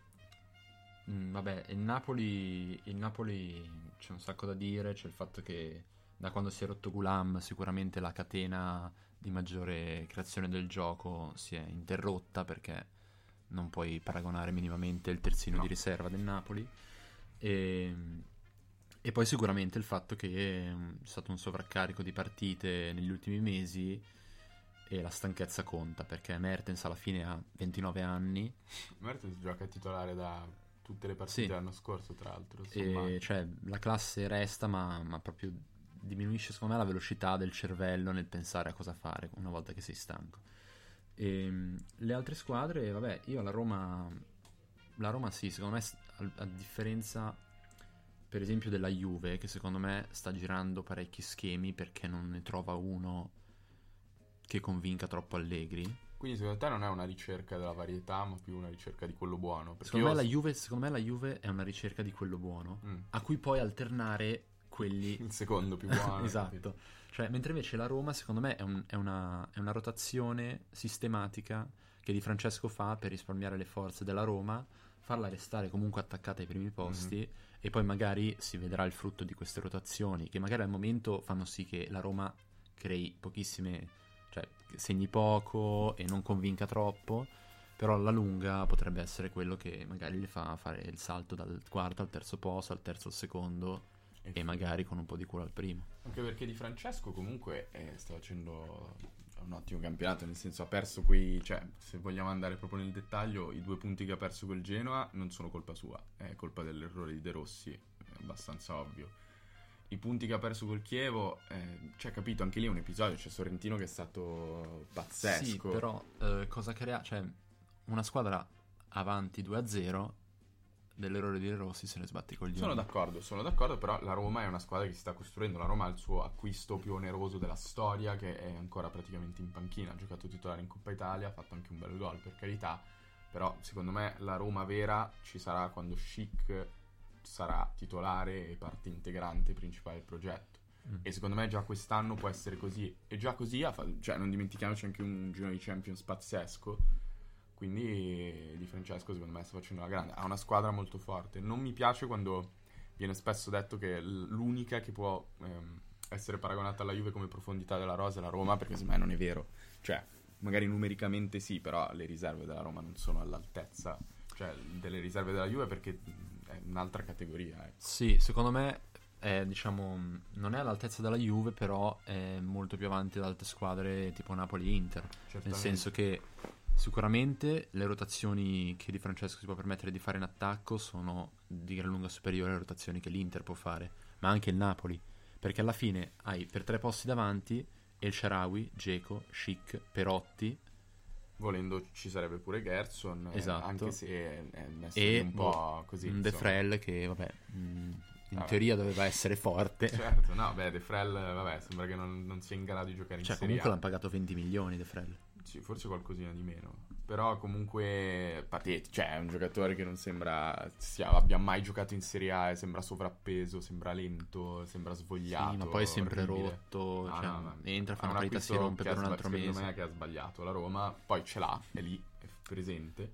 [SPEAKER 1] mm, vabbè, il Napoli il Napoli c'è un sacco da dire, c'è il fatto che da quando si è rotto Gulam sicuramente la catena di maggiore creazione del gioco si è interrotta, perché non puoi paragonare minimamente il terzino
[SPEAKER 2] No.
[SPEAKER 1] di riserva del Napoli. E, e poi sicuramente il fatto che mm, c'è stato un sovraccarico di partite negli ultimi mesi e la stanchezza conta, perché Mertens alla fine ha ventinove anni
[SPEAKER 2] Mertens gioca titolare da tutte le partite
[SPEAKER 1] Sì.
[SPEAKER 2] dell'anno scorso, tra l'altro.
[SPEAKER 1] e
[SPEAKER 2] sommato.
[SPEAKER 1] cioè la classe resta, ma, ma proprio diminuisce secondo me la velocità del cervello nel pensare a cosa fare una volta che sei stanco. E, mm, le altre squadre, vabbè, io la Roma la Roma sì, secondo me s- a, a differenza per esempio della Juve, che secondo me sta girando parecchi schemi perché non ne trova uno che convinca troppo Allegri.
[SPEAKER 2] Quindi secondo te non è una ricerca della varietà, ma più una ricerca di quello buono? Perché
[SPEAKER 1] Secondo me,
[SPEAKER 2] io-
[SPEAKER 1] la Juve, secondo me la Juve è una ricerca di quello buono,
[SPEAKER 2] Mm.
[SPEAKER 1] a cui puoi alternare quelli
[SPEAKER 2] Il secondo più buono.
[SPEAKER 1] esatto. Cioè, mentre invece la Roma, secondo me, è, un- è una, è una rotazione sistematica che Di Francesco fa per risparmiare le forze della Roma, farla restare comunque attaccata ai primi posti, e poi magari si vedrà il frutto di queste rotazioni, che magari al momento fanno sì che la Roma crei pochissime, cioè segni poco e non convinca troppo, però alla lunga potrebbe essere quello che magari le fa fare il salto dal quarto al terzo posto, al terzo al secondo,
[SPEAKER 2] E
[SPEAKER 1] e magari con un po' di culo al primo.
[SPEAKER 2] Anche perché Di Francesco comunque eh, sta facendo un ottimo campionato, nel senso ha perso quei, cioè se vogliamo andare proprio nel dettaglio, i due punti che ha perso col Genoa non sono colpa sua, è colpa dell'errore di De Rossi, è abbastanza ovvio. I punti che ha perso col Chievo, eh, cioè capito, anche lì è un episodio, c'è Sorrentino che è stato pazzesco.
[SPEAKER 1] Sì, però eh, cosa crea? Cioè, una squadra avanti due a zero, dell'errore di De Rossi se ne sbatti con gli
[SPEAKER 2] Sono d'accordo, sono d'accordo, però la Roma è una squadra che si sta costruendo. La Roma ha il suo acquisto più oneroso della storia, che è ancora praticamente in panchina. Ha giocato titolare in Coppa Italia, ha fatto anche un bel gol, per carità. Però secondo me la Roma vera ci sarà quando Schick sarà titolare e parte integrante principale del progetto.
[SPEAKER 1] Mm.
[SPEAKER 2] E secondo me già quest'anno può essere così. E già così, ha fa- cioè non dimentichiamoci anche un giro di Champions pazzesco. Quindi Di Francesco secondo me sta facendo la grande. Ha una squadra molto forte. Non mi piace quando viene spesso detto che l- l'unica che può ehm, essere paragonata alla Juve come profondità della rosa è la Roma, perché secondo me non è vero. Cioè, magari numericamente sì, però le riserve della Roma non sono all'altezza, cioè, delle riserve della Juve, perché è un'altra categoria. Ecco.
[SPEAKER 1] Sì, secondo me è, diciamo, non è all'altezza della Juve, però è molto più avanti da altre squadre tipo Napoli e Inter. Nel
[SPEAKER 2] Certamente.
[SPEAKER 1] senso che sicuramente le rotazioni che Di Francesco si può permettere di fare in attacco sono di gran lunga superiori alle rotazioni che l'Inter può fare, ma anche il Napoli, perché alla fine hai per tre posti davanti El Shaarawy, Dzeko, Schick, Perotti
[SPEAKER 2] Volendo ci sarebbe pure Gerson, eh,
[SPEAKER 1] Esatto.
[SPEAKER 2] anche se è, è messo
[SPEAKER 1] e
[SPEAKER 2] lì un po' così.
[SPEAKER 1] un De
[SPEAKER 2] insomma.
[SPEAKER 1] Frel che vabbè mh, in
[SPEAKER 2] vabbè.
[SPEAKER 1] teoria doveva essere forte.
[SPEAKER 2] Certo, no, beh, De Frel, vabbè, sembra che non, non sia in grado di giocare in
[SPEAKER 1] Cioè,
[SPEAKER 2] Serie
[SPEAKER 1] comunque
[SPEAKER 2] A.
[SPEAKER 1] l'hanno pagato venti milioni De Frel.
[SPEAKER 2] Sì, forse qualcosina di meno. Però comunque patetico, cioè è un giocatore che non sembra sia, abbia mai giocato in Serie A, e sembra sovrappeso, sembra lento, sembra svogliato.
[SPEAKER 1] Sì, ma poi è sempre
[SPEAKER 2] orribile.
[SPEAKER 1] rotto,
[SPEAKER 2] No,
[SPEAKER 1] cioè,
[SPEAKER 2] no, ma
[SPEAKER 1] entra, fa
[SPEAKER 2] è un
[SPEAKER 1] una partita, si
[SPEAKER 2] acquisto
[SPEAKER 1] rompe
[SPEAKER 2] che
[SPEAKER 1] per
[SPEAKER 2] ha
[SPEAKER 1] un
[SPEAKER 2] sba-
[SPEAKER 1] altro
[SPEAKER 2] secondo
[SPEAKER 1] mese.
[SPEAKER 2] me che ha sbagliato la Roma, poi ce l'ha, è lì, è presente.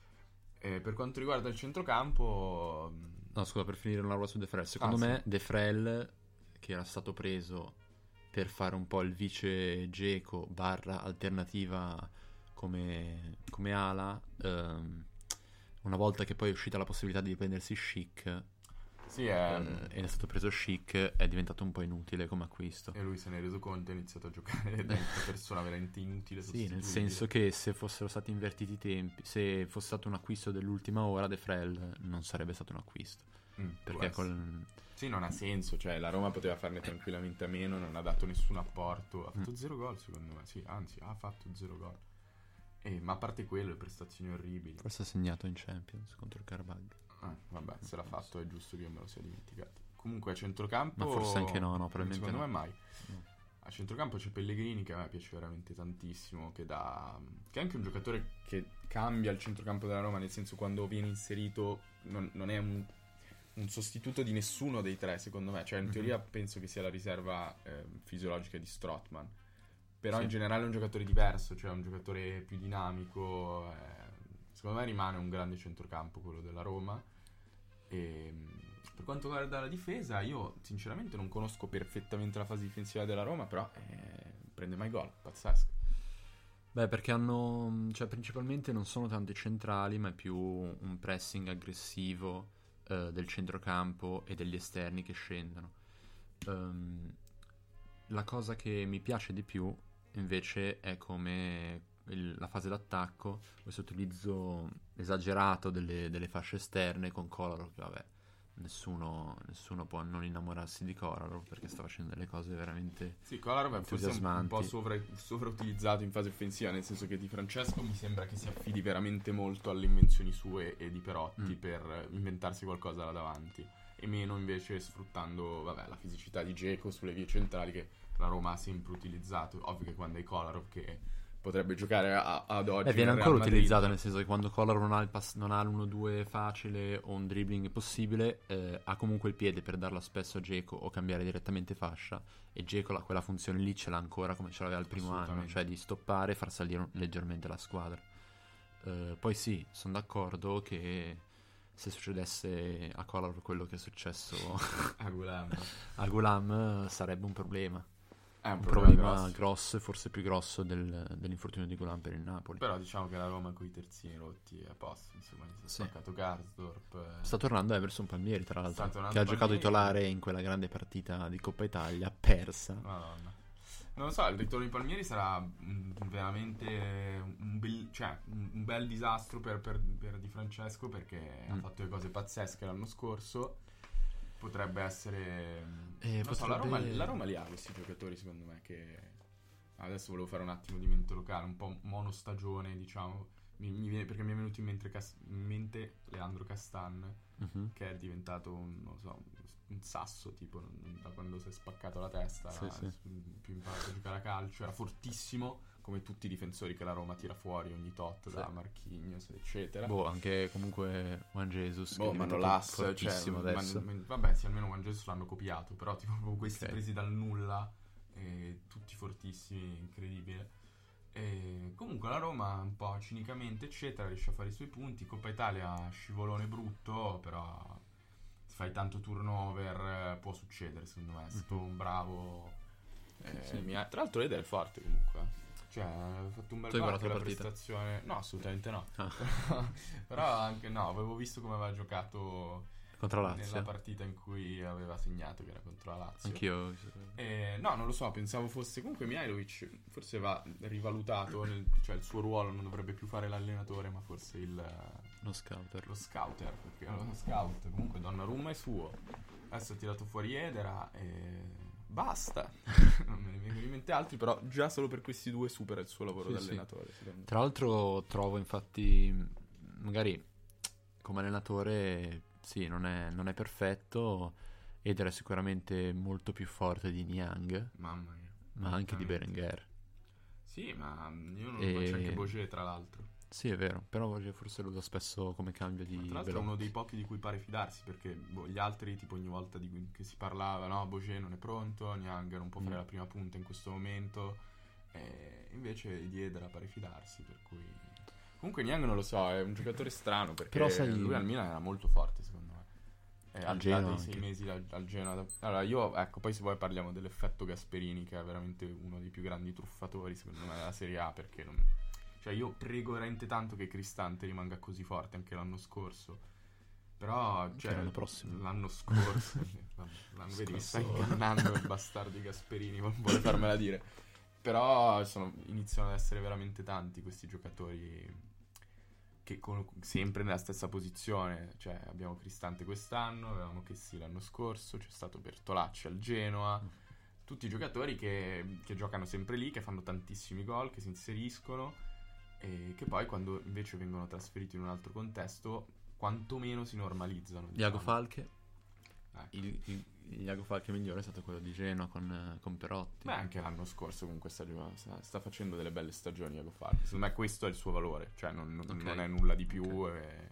[SPEAKER 2] E per quanto riguarda il centrocampo...
[SPEAKER 1] No, scusa, per finire una roba su De Frel. Secondo
[SPEAKER 2] Ah,
[SPEAKER 1] me
[SPEAKER 2] sì.
[SPEAKER 1] De Frel, che era stato preso per fare un po' il vice Dzeko barra alternativa come, come ala, ehm, una volta che poi è uscita la possibilità di prendersi Schick,
[SPEAKER 2] Sì, è...
[SPEAKER 1] eh, ed è stato preso Schick, è diventato un po' inutile come acquisto.
[SPEAKER 2] E lui se ne è reso conto e ha iniziato a giocare da una persona veramente inutile.
[SPEAKER 1] Sì, nel
[SPEAKER 2] sostituibile.
[SPEAKER 1] senso che se fossero stati invertiti i tempi, se fosse stato un acquisto dell'ultima ora, De Frel non sarebbe stato un acquisto.
[SPEAKER 2] Mm, può
[SPEAKER 1] Perché
[SPEAKER 2] essere.
[SPEAKER 1] col...
[SPEAKER 2] Sì, non ha senso, cioè la Roma poteva farne tranquillamente a meno, non ha dato nessun apporto, ha fatto
[SPEAKER 1] Mm.
[SPEAKER 2] zero gol secondo me, sì, anzi ha fatto zero gol. E, ma a parte quello, le prestazioni orribili.
[SPEAKER 1] forse ha segnato in Champions contro il Karabag.
[SPEAKER 2] Ah, vabbè, se l'ha fatto è giusto che io me lo sia dimenticato. Comunque a centrocampo...
[SPEAKER 1] Ma forse anche no, no, probabilmente
[SPEAKER 2] secondo
[SPEAKER 1] no.
[SPEAKER 2] me mai.
[SPEAKER 1] No.
[SPEAKER 2] A centrocampo c'è Pellegrini che a me piace veramente tantissimo, che dà... che è anche un giocatore che cambia il centrocampo della Roma, nel senso quando viene inserito non, non è un... un sostituto di nessuno dei tre, secondo me. Cioè, in
[SPEAKER 1] Mhm.
[SPEAKER 2] teoria penso che sia la riserva eh, fisiologica di Strootman. Però
[SPEAKER 1] Sì.
[SPEAKER 2] in generale è un giocatore diverso, cioè un giocatore più dinamico. eh, Secondo me rimane un grande centrocampo quello della Roma. E per quanto riguarda la difesa, io sinceramente non conosco perfettamente la fase difensiva della Roma, però eh, prende mai gol, pazzesco.
[SPEAKER 1] Beh, perché hanno, cioè principalmente non sono tanto i centrali, ma è più un pressing aggressivo eh, del centrocampo e degli esterni che scendono. Ehm, la cosa che mi piace di più invece è come il- la fase d'attacco, questo utilizzo esagerato delle, delle fasce esterne con Kolarov, che vabbè, nessuno, nessuno può non innamorarsi di Kolarov perché sta facendo delle cose veramente...
[SPEAKER 2] Sì, Kolarov è forse un, un
[SPEAKER 1] entusiasmanti.
[SPEAKER 2] po' sovra, sovrautilizzato in fase offensiva, nel senso che Di Francesco mi sembra che si affidi veramente molto alle invenzioni sue e di Perotti
[SPEAKER 1] Mm.
[SPEAKER 2] per inventarsi qualcosa da davanti, e meno invece sfruttando vabbè, la fisicità di Dzeko sulle vie centrali che la Roma ha sempre utilizzato. Ovvio che quando hai Kolarov che potrebbe giocare a, ad oggi
[SPEAKER 1] Eh, viene
[SPEAKER 2] nel
[SPEAKER 1] ancora
[SPEAKER 2] Real Madrid,
[SPEAKER 1] utilizzato, nel senso che quando Kolarov non ha il pass- non ha l'uno due facile o un dribbling possibile, eh, ha comunque il piede per darla spesso a Dzeko o cambiare direttamente fascia, e Dzeko la- quella funzione lì ce l'ha ancora come ce l'aveva il primo anno,
[SPEAKER 2] Assolutamente.
[SPEAKER 1] cioè di stoppare e far salire un- leggermente la squadra. Eh, poi sì, sono d'accordo che se succedesse a Kolarov quello che è successo
[SPEAKER 2] a Gulam.
[SPEAKER 1] a Ghulam, eh, sarebbe un problema.
[SPEAKER 2] È un
[SPEAKER 1] Un
[SPEAKER 2] problema,
[SPEAKER 1] problema
[SPEAKER 2] grosso.
[SPEAKER 1] grosso, forse più grosso del- dell'infortunio di Ghulam per il Napoli.
[SPEAKER 2] Però diciamo che la Roma con i terzini rotti è a posto, insomma, gli si è
[SPEAKER 1] Sì.
[SPEAKER 2] spaccato Karsdorp. eh.
[SPEAKER 1] Sta tornando Emerson Palmieri, tra l'altro,
[SPEAKER 2] Sta tornando
[SPEAKER 1] che ha giocato
[SPEAKER 2] Palmieri.
[SPEAKER 1] titolare in quella grande partita di Coppa Italia, persa.
[SPEAKER 2] Madonna. Non lo so, il ritorno di Palmieri sarà mm, veramente un bel, cioè, un un bel disastro per, per, per Di Francesco, perché ha
[SPEAKER 1] Mm.
[SPEAKER 2] fatto le cose pazzesche l'anno scorso. Potrebbe essere...
[SPEAKER 1] Eh,
[SPEAKER 2] non so, la
[SPEAKER 1] potrebbe-
[SPEAKER 2] Roma, la Roma li ha questi giocatori, secondo me, che... Adesso volevo fare un attimo di mente locale, un po' monostagione, diciamo. Mi, mi viene, perché mi è venuto in mente, Cas- in mente Leandro Castan,
[SPEAKER 1] Mhm.
[SPEAKER 2] che è diventato un, non so, un sasso, tipo, non- da quando si è spaccato la testa,
[SPEAKER 1] Sì,
[SPEAKER 2] ha
[SPEAKER 1] sì.
[SPEAKER 2] più imparato a giocare a calcio, era fortissimo, come tutti i difensori che la Roma tira fuori ogni tot,
[SPEAKER 1] Sì.
[SPEAKER 2] da Marquinhos, eccetera.
[SPEAKER 1] Boh, anche comunque Juan Jesus,
[SPEAKER 2] Boh,
[SPEAKER 1] che è
[SPEAKER 2] Manolas,
[SPEAKER 1] diventato
[SPEAKER 2] cioè,
[SPEAKER 1] fortissimo
[SPEAKER 2] ma-
[SPEAKER 1] adesso.
[SPEAKER 2] ma- vabbè, sì, almeno Juan Jesus l'hanno copiato, però tipo proprio questi
[SPEAKER 1] Ok.
[SPEAKER 2] presi dal nulla, eh, tutti fortissimi, incredibile. E comunque la Roma un po' cinicamente eccetera riesce a fare i suoi punti. Coppa Italia scivolone brutto, però se fai tanto turnover eh, può succedere, secondo me è stato un bravo, eh,
[SPEAKER 1] Sì.
[SPEAKER 2] mi ha- tra l'altro Eder è forte comunque, eh. Cioè ha fatto un bel
[SPEAKER 1] Tu hai
[SPEAKER 2] gol,
[SPEAKER 1] guardato
[SPEAKER 2] anche
[SPEAKER 1] la
[SPEAKER 2] la
[SPEAKER 1] partita?
[SPEAKER 2] prestazione, no, assolutamente no.
[SPEAKER 1] Ah.
[SPEAKER 2] Però anche no, avevo visto come aveva giocato
[SPEAKER 1] Contro la
[SPEAKER 2] nella
[SPEAKER 1] Lazio.
[SPEAKER 2] partita in cui aveva segnato, che era contro la Lazio.
[SPEAKER 1] Anch'io.
[SPEAKER 2] Eh, no, non lo so, pensavo fosse comunque Mihajlovic forse va rivalutato, nel- cioè il suo ruolo non dovrebbe più fare l'allenatore, ma forse il,
[SPEAKER 1] Lo scouter.
[SPEAKER 2] lo scouter, perché è uno scout. Comunque Donnarumma è suo. Adesso ha tirato fuori Edera e basta. Non me ne vengono in mente altri, però già solo per questi due supera il suo lavoro
[SPEAKER 1] Sì,
[SPEAKER 2] da
[SPEAKER 1] sì.
[SPEAKER 2] allenatore, secondo me.
[SPEAKER 1] Tra l'altro trovo infatti, magari come allenatore, sì, non è, non è perfetto, ed era sicuramente molto più forte di Niang,
[SPEAKER 2] Mamma mia.
[SPEAKER 1] ma anche di Berenguer.
[SPEAKER 2] Sì, ma io non
[SPEAKER 1] E-
[SPEAKER 2] c'è anche Boger, tra l'altro.
[SPEAKER 1] Sì, è vero, però Boger forse lo usa spesso come cambio di
[SPEAKER 2] Ma tra l'altro è
[SPEAKER 1] veloce.
[SPEAKER 2] uno dei pochi di cui pare fidarsi, perché boh, gli altri, tipo ogni volta di cui che si parlava, no, Boger non è pronto, Niang non può fare
[SPEAKER 1] Mm.
[SPEAKER 2] la prima punta in questo momento, e invece di Edera pare fidarsi, per cui... Comunque Niang non lo so, è un giocatore strano, perché
[SPEAKER 1] Però sai-
[SPEAKER 2] lui al Milan era molto forte, secondo me. E
[SPEAKER 1] Al
[SPEAKER 2] al di là
[SPEAKER 1] Genoa
[SPEAKER 2] dei sei
[SPEAKER 1] anche.
[SPEAKER 2] mesi al, al Genoa. Allora io, ecco, poi se vuoi parliamo dell'effetto Gasperini, che è veramente uno dei più grandi truffatori, secondo me, della Serie A, perché non... Cioè io prego veramente tanto che Cristante rimanga così forte anche l'anno scorso. Però, cioè,
[SPEAKER 1] l'anno prossimo.
[SPEAKER 2] L'anno scorso. Vabbè, l'anno, vedi, mi sta
[SPEAKER 1] Scorso.
[SPEAKER 2] ingannando il bastardo di Gasperini, non vuole farmela dire. Però sono, iniziano ad essere veramente tanti questi giocatori che con, sempre nella stessa posizione. Cioè abbiamo Cristante quest'anno, avevamo Chessy l'anno scorso, c'è stato Bertolacci al Genoa. Tutti giocatori che, che giocano sempre lì, che fanno tantissimi gol, che si inseriscono e che poi quando invece vengono trasferiti in un altro contesto quantomeno si normalizzano, diciamo.
[SPEAKER 1] Iago Falche,
[SPEAKER 2] Ecco.
[SPEAKER 1] il, il, il Iago Falche migliore è stato quello di Genoa con, eh, con Perotti.
[SPEAKER 2] Beh, anche l'anno scorso comunque sta, sta, sta facendo delle belle stagioni Iago Falchi. Secondo me questo è il suo valore, cioè non, non-
[SPEAKER 1] Ok.
[SPEAKER 2] non è nulla di più,
[SPEAKER 1] Ok.
[SPEAKER 2] è,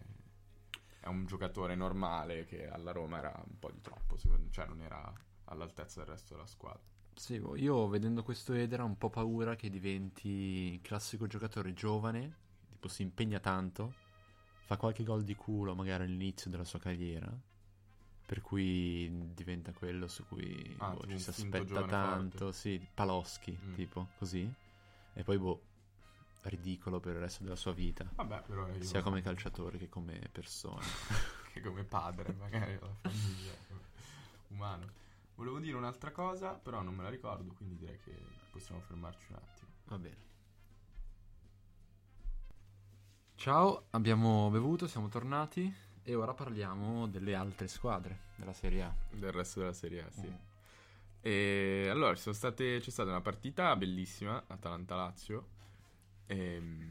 [SPEAKER 2] è un giocatore normale che alla Roma era un po' di troppo, secondo, cioè non era all'altezza del resto della squadra.
[SPEAKER 1] Sì, boh, io vedendo questo Edera ho un po' paura che diventi il classico giocatore giovane, tipo si impegna tanto, fa qualche gol di culo magari all'inizio della sua carriera, per cui diventa quello su cui
[SPEAKER 2] Ah,
[SPEAKER 1] boh,
[SPEAKER 2] tipo
[SPEAKER 1] ci
[SPEAKER 2] un
[SPEAKER 1] si
[SPEAKER 2] finto
[SPEAKER 1] aspetta
[SPEAKER 2] giovane
[SPEAKER 1] tanto,
[SPEAKER 2] forte.
[SPEAKER 1] sì, Paloschi,
[SPEAKER 2] Mm.
[SPEAKER 1] tipo, così, e poi boh, ridicolo per il resto della sua vita,
[SPEAKER 2] Vabbè, però io,
[SPEAKER 1] sia come calciatore che come persona.
[SPEAKER 2] che come padre magari alla famiglia come umano. Volevo dire un'altra cosa, però non me la ricordo, quindi direi che possiamo fermarci un attimo.
[SPEAKER 1] Va bene. Ciao, abbiamo bevuto, siamo tornati e ora parliamo delle altre squadre della Serie A.
[SPEAKER 2] Del resto della Serie A, sì.
[SPEAKER 1] Mm.
[SPEAKER 2] E allora ci sono state, c'è stata una partita bellissima, Atalanta-Lazio, e, mm,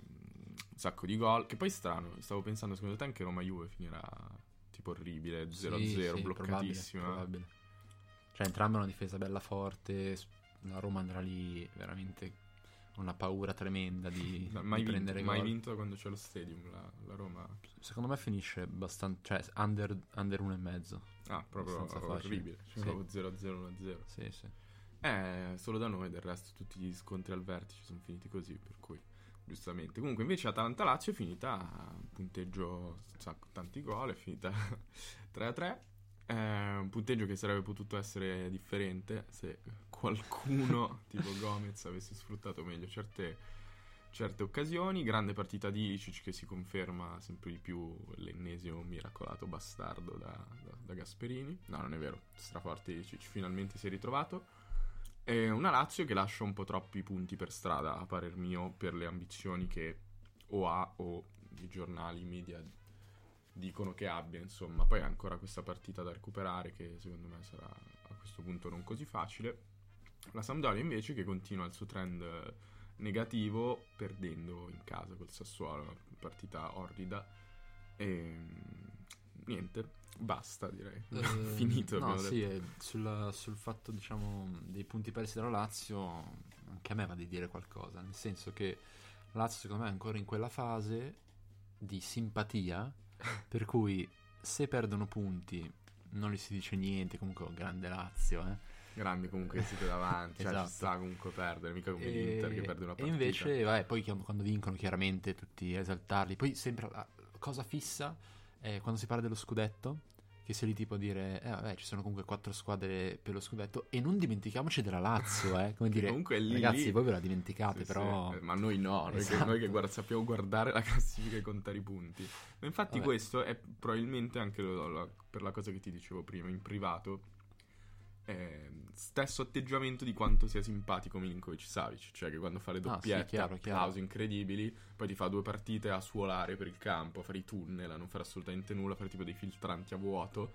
[SPEAKER 2] un sacco di gol, che poi è strano, stavo pensando secondo te anche Roma-Juve finirà tipo orribile, zero a zero,
[SPEAKER 1] Sì, sì,
[SPEAKER 2] bloccatissima.
[SPEAKER 1] probabile, probabile. Cioè entrambe una difesa bella forte, s- la Roma andrà lì veramente con una paura tremenda di,
[SPEAKER 2] No,
[SPEAKER 1] di
[SPEAKER 2] mai, vinto,
[SPEAKER 1] prendere
[SPEAKER 2] mai
[SPEAKER 1] gol.
[SPEAKER 2] vinto da quando c'è lo stadium, la, la Roma.
[SPEAKER 1] Secondo me finisce abbastanza, cioè under, under uno e mezzo.
[SPEAKER 2] Ah, proprio
[SPEAKER 1] Abbastanza facile.
[SPEAKER 2] orribile, cioè
[SPEAKER 1] Sì.
[SPEAKER 2] proprio zero a zero, uno a zero.
[SPEAKER 1] Sì, sì.
[SPEAKER 2] Eh, solo da noi, del resto tutti gli scontri al vertice sono finiti così, per cui giustamente. Comunque invece Atalanta-Lazio è finita a un punteggio, un sacco, tanti gol, è finita tre a tre. Eh, un punteggio che sarebbe potuto essere differente se qualcuno tipo Gomez avesse sfruttato meglio certe, certe occasioni. Grande partita di Ilicic che si conferma sempre di più l'ennesimo miracolato bastardo da, da, da Gasperini. No, non è vero, straforte Ilicic, finalmente si è ritrovato. E una Lazio che lascia un po' troppi punti per strada, a parer mio, per le ambizioni che o ha o i giornali, i media dicono che abbia, insomma. Poi ha ancora questa partita da recuperare che secondo me sarà a questo punto non così facile. La Sampdoria invece che continua il suo trend negativo perdendo in casa col Sassuolo, una partita orrida e niente, basta direi.
[SPEAKER 1] Eh,
[SPEAKER 2] Finito,
[SPEAKER 1] no,
[SPEAKER 2] abbiamo
[SPEAKER 1] sì,
[SPEAKER 2] detto.
[SPEAKER 1] eh, sul, sul fatto, diciamo, dei punti persi dalla Lazio, anche a me va di dire qualcosa, nel senso che la Lazio secondo me è ancora in quella fase di simpatia, per cui se perdono punti non gli si dice niente, comunque grande Lazio, eh.
[SPEAKER 2] Grande comunque siete davanti, cioè
[SPEAKER 1] Esatto.
[SPEAKER 2] ci sta comunque perdere, mica come
[SPEAKER 1] E,
[SPEAKER 2] l'Inter che perde una
[SPEAKER 1] e
[SPEAKER 2] partita.
[SPEAKER 1] invece, vabbè, poi chiam- quando vincono chiaramente tutti a esaltarli, poi sempre la cosa fissa è quando si parla dello scudetto, che si è lì tipo a dire, eh vabbè, ci sono comunque quattro squadre per lo scudetto, e non dimentichiamoci della Lazio, eh, come
[SPEAKER 2] Che
[SPEAKER 1] dire,
[SPEAKER 2] comunque è lì,
[SPEAKER 1] ragazzi,
[SPEAKER 2] lì.
[SPEAKER 1] voi ve la dimenticate,
[SPEAKER 2] Sì,
[SPEAKER 1] però...
[SPEAKER 2] sì, eh, ma noi no, noi che,
[SPEAKER 1] Esatto.
[SPEAKER 2] noi che guarda- sappiamo guardare la classifica e contare i punti. Ma infatti
[SPEAKER 1] Vabbè.
[SPEAKER 2] questo è probabilmente anche lo- lo- per la cosa che ti dicevo prima, in privato, eh, stesso atteggiamento di quanto sia simpatico Milinkovic-Savic, cioè che quando fa le
[SPEAKER 1] Ah, sì,
[SPEAKER 2] doppiette,
[SPEAKER 1] chiaro, chiaro.
[SPEAKER 2] applausi incredibili, poi ti fa due partite a suolare per il campo, a fare i tunnel, a non fare assolutamente nulla, a fare tipo dei filtranti a vuoto.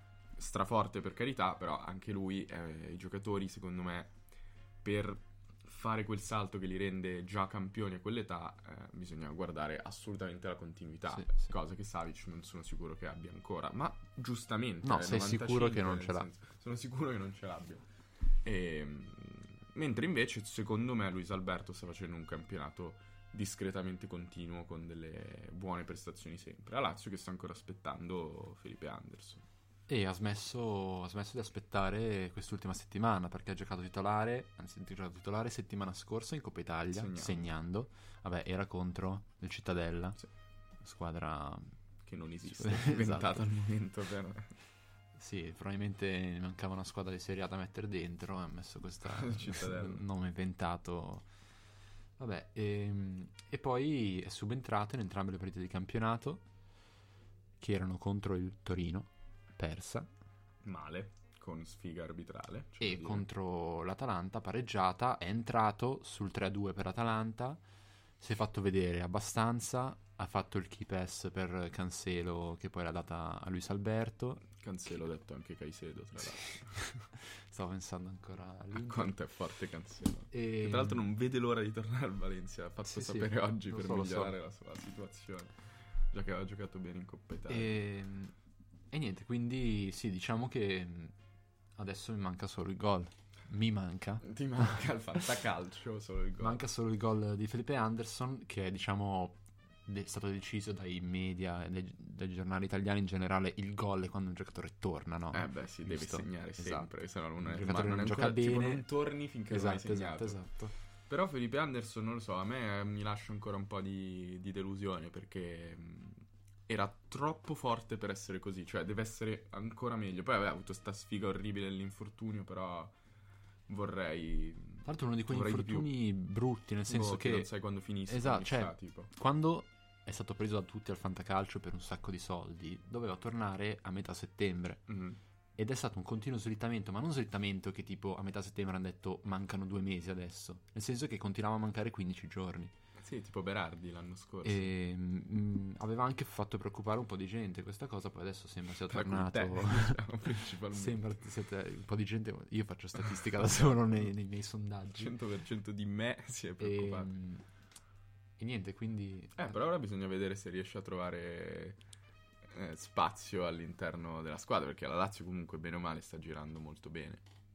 [SPEAKER 2] Straforte per carità, però anche lui, eh, i giocatori secondo me per fare quel salto che li rende già campioni a quell'età, eh, bisogna guardare assolutamente la continuità,
[SPEAKER 1] Sì, sì.
[SPEAKER 2] cosa che Savic non sono sicuro che abbia ancora, ma giustamente.
[SPEAKER 1] No,
[SPEAKER 2] eh,
[SPEAKER 1] sei
[SPEAKER 2] novantacinque,
[SPEAKER 1] sicuro che non
[SPEAKER 2] nel
[SPEAKER 1] ce l'ha.
[SPEAKER 2] senso, sono sicuro che non ce l'abbia. E, mentre invece, secondo me, Luis Alberto sta facendo un campionato discretamente continuo con delle buone prestazioni sempre. A Lazio che sta ancora aspettando Felipe Anderson.
[SPEAKER 1] E ha smesso, ha smesso di aspettare quest'ultima settimana, perché ha giocato titolare, anzi ha giocato titolare settimana scorsa in Coppa Italia,
[SPEAKER 2] Segnando.
[SPEAKER 1] segnando. Vabbè, era contro il Cittadella,
[SPEAKER 2] Sì.
[SPEAKER 1] squadra
[SPEAKER 2] Che non esiste,
[SPEAKER 1] Esatto.
[SPEAKER 2] inventata al momento per...
[SPEAKER 1] Sì, probabilmente ne mancava una squadra di Serie A da mettere dentro, ha messo questo
[SPEAKER 2] Cittadella.
[SPEAKER 1] nome inventato. Vabbè, e, e poi è subentrato in entrambe le partite di campionato, che erano contro il Torino, persa,
[SPEAKER 2] Male, con sfiga arbitrale. c'è da
[SPEAKER 1] e
[SPEAKER 2] dire.
[SPEAKER 1] contro l'Atalanta, pareggiata. È entrato sul tre a due per Atalanta, si è fatto vedere abbastanza, ha fatto il key pass per Cancelo, che poi l'ha data a Luis Alberto.
[SPEAKER 2] Cancelo, ho detto anche Caicedo, tra l'altro.
[SPEAKER 1] Stavo pensando ancora
[SPEAKER 2] A
[SPEAKER 1] all'Inter.
[SPEAKER 2] quanto è forte Cancelo.
[SPEAKER 1] E...
[SPEAKER 2] Che tra l'altro non vede l'ora di tornare al Valencia. Ha fatto
[SPEAKER 1] Sì, sì,
[SPEAKER 2] sapere oggi
[SPEAKER 1] lo
[SPEAKER 2] per
[SPEAKER 1] so, lo so.
[SPEAKER 2] migliorare la sua situazione. Già che aveva giocato bene in Coppa Italia.
[SPEAKER 1] E... e niente, quindi sì, diciamo che adesso mi manca solo il gol. Mi manca.
[SPEAKER 2] Ti manca il fantacalcio, solo il gol.
[SPEAKER 1] Manca solo il gol di Felipe Anderson, che è, diciamo, è stato deciso dai media e dai, dai giornali italiani in generale. Il gol è quando un giocatore torna, no?
[SPEAKER 2] Eh beh sì,
[SPEAKER 1] Visto?
[SPEAKER 2] deve segnare
[SPEAKER 1] Esatto.
[SPEAKER 2] sempre, se no non
[SPEAKER 1] Il
[SPEAKER 2] è,
[SPEAKER 1] giocatore
[SPEAKER 2] ma non
[SPEAKER 1] non
[SPEAKER 2] è
[SPEAKER 1] gioca
[SPEAKER 2] ancora, tipo
[SPEAKER 1] bene.
[SPEAKER 2] non torni finché
[SPEAKER 1] Esatto,
[SPEAKER 2] non hai segnato.
[SPEAKER 1] esatto, esatto.
[SPEAKER 2] Però Felipe Anderson, non lo so, a me eh, mi lascia ancora un po' di, di delusione, perché mh, era troppo forte per essere così, cioè deve essere ancora meglio. Poi aveva avuto sta sfiga orribile dell'infortunio, però vorrei...
[SPEAKER 1] Tra l'altro uno di quegli
[SPEAKER 2] vorrei di più.
[SPEAKER 1] infortuni brutti, nel senso
[SPEAKER 2] Boh,
[SPEAKER 1] che
[SPEAKER 2] non sai quando finisce,
[SPEAKER 1] esatto,
[SPEAKER 2] finisce,
[SPEAKER 1] cioè,
[SPEAKER 2] tipo.
[SPEAKER 1] quando è stato preso da tutti al fantacalcio per un sacco di soldi, doveva tornare a metà settembre.
[SPEAKER 2] Mm.
[SPEAKER 1] Ed è stato un continuo slittamento, ma non slittamento che tipo a metà settembre hanno detto mancano due mesi adesso. Nel senso che continuava a mancare quindici giorni.
[SPEAKER 2] Sì, tipo Berardi l'anno scorso.
[SPEAKER 1] E mm, aveva anche fatto preoccupare un po' di gente questa cosa, poi adesso sembra sia
[SPEAKER 2] Tra cui
[SPEAKER 1] tornato.
[SPEAKER 2] te, diciamo, principalmente.
[SPEAKER 1] Sembra siete un po' di gente. Io faccio statistica da solo nei, nei miei sondaggi.
[SPEAKER 2] cento per cento di me si è
[SPEAKER 1] E,
[SPEAKER 2] preoccupato.
[SPEAKER 1] e niente, quindi.
[SPEAKER 2] Eh, però ora bisogna vedere se riesce a trovare eh, spazio all'interno della squadra, perché la Lazio comunque bene o male sta girando molto bene.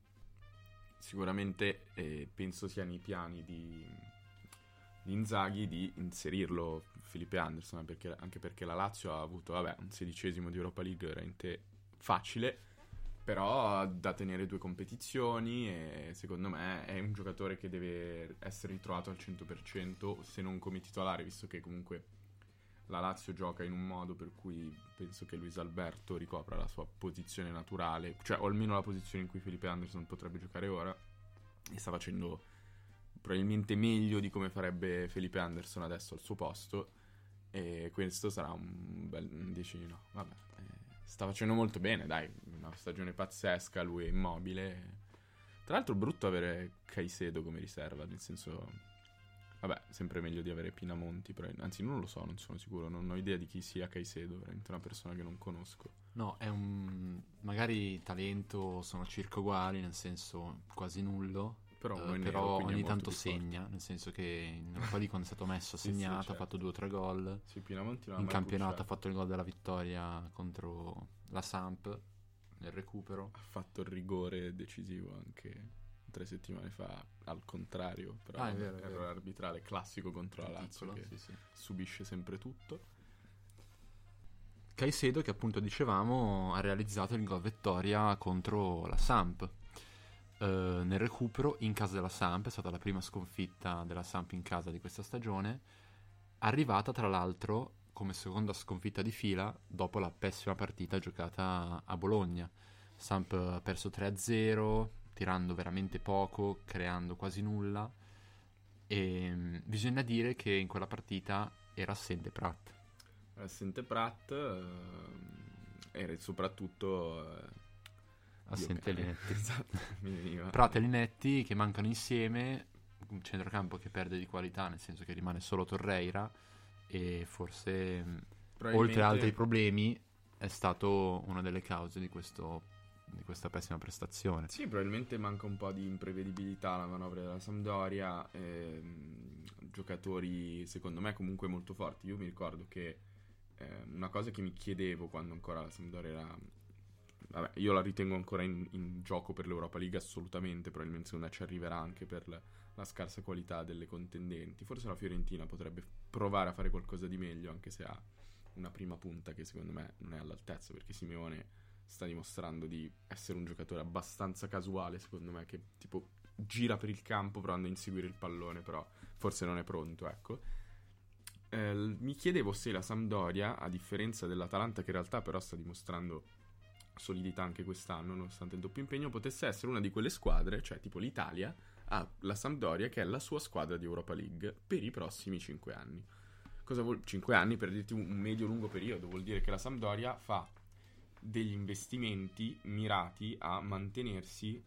[SPEAKER 2] Sicuramente eh, penso siano i piani di, di Inzaghi di inserirlo Felipe Anderson, perché, anche perché la Lazio ha avuto, vabbè, un sedicesimo di Europa League veramente facile, però da tenere due competizioni, e secondo me è un giocatore che deve essere ritrovato al cento per cento, se non come titolare, visto che comunque la Lazio gioca in un modo per cui penso che Luis Alberto ricopra la sua posizione naturale, cioè o almeno la posizione in cui Felipe Anderson potrebbe giocare ora, e sta facendo probabilmente meglio di come farebbe Felipe Anderson adesso al suo posto, e questo sarà un bel dieci no, vabbè, eh, sta facendo molto bene, dai, una stagione pazzesca, lui è immobile. Tra l'altro brutto avere Caicedo come riserva, nel senso, vabbè, sempre meglio di avere Pinamonti, però, anzi non lo so, non sono sicuro, non ho idea di chi sia Caicedo, veramente una persona che non conosco.
[SPEAKER 1] No, è un. Magari talento sono circa uguali, nel senso quasi nullo.
[SPEAKER 2] Però,
[SPEAKER 1] eh,
[SPEAKER 2] uno è nero,
[SPEAKER 1] però
[SPEAKER 2] quindi è
[SPEAKER 1] ogni
[SPEAKER 2] molto
[SPEAKER 1] tanto
[SPEAKER 2] più forte.
[SPEAKER 1] segna, nel senso che in Europa League quando è stato messo ha
[SPEAKER 2] Sì, sì,
[SPEAKER 1] segnato,
[SPEAKER 2] certo.
[SPEAKER 1] ha fatto due o tre gol.
[SPEAKER 2] Sì, Pinamonti non ha
[SPEAKER 1] In
[SPEAKER 2] mai
[SPEAKER 1] campionato ha
[SPEAKER 2] pushato.
[SPEAKER 1] fatto il gol della vittoria contro la Samp nel recupero.
[SPEAKER 2] Ha fatto il rigore decisivo anche tre settimane fa, al contrario, però
[SPEAKER 1] Ah, è vero, è
[SPEAKER 2] errore
[SPEAKER 1] vero.
[SPEAKER 2] arbitrale classico contro la Lazio,
[SPEAKER 1] Piccolo,
[SPEAKER 2] che
[SPEAKER 1] sì, sì.
[SPEAKER 2] subisce sempre tutto.
[SPEAKER 1] Caicedo, che appunto dicevamo ha realizzato il gol vittoria contro la Samp eh, nel recupero in casa della Samp. È stata la prima sconfitta della Samp in casa di questa stagione, arrivata tra l'altro come seconda sconfitta di fila dopo la pessima partita giocata a Bologna. Samp ha perso tre a zero, tirando veramente poco, creando quasi nulla, e mh, bisogna dire che in quella partita era assente Prat.
[SPEAKER 2] Assente Pratt, eh, e soprattutto eh,
[SPEAKER 1] Assente
[SPEAKER 2] Dio cane.
[SPEAKER 1] Linetti.
[SPEAKER 2] Esatto, mi veniva.
[SPEAKER 1] Prat e Linetti che mancano insieme, un centrocampo che perde di qualità, nel senso che rimane solo Torreira, e forse mh, oltre a altri problemi è stato una delle cause di questo di questa pessima prestazione.
[SPEAKER 2] Sì, probabilmente manca un po' di imprevedibilità alla manovra della Sampdoria, ehm, giocatori secondo me comunque molto forti. Io mi ricordo che eh, una cosa che mi chiedevo quando ancora la Sampdoria era... Vabbè, io la ritengo ancora in, in gioco per l'Europa League assolutamente, probabilmente secondo me ci arriverà anche per la, la scarsa qualità delle contendenti. Forse la Fiorentina potrebbe provare a fare qualcosa di meglio, anche se ha una prima punta che secondo me non è all'altezza, perché Simeone sta dimostrando di essere un giocatore abbastanza casuale, secondo me, che tipo gira per il campo provando a inseguire il pallone, però forse non è pronto, ecco. Eh, mi chiedevo se la Sampdoria, a differenza dell'Atalanta, che in realtà però sta dimostrando solidità anche quest'anno nonostante il doppio impegno, potesse essere una di quelle squadre, cioè tipo l'Italia ha la Sampdoria che è la sua squadra di Europa League per i prossimi cinque anni. Cosa vuol cinque anni? Per dirti un medio-lungo periodo, vuol dire che la Sampdoria fa degli investimenti mirati a mantenersi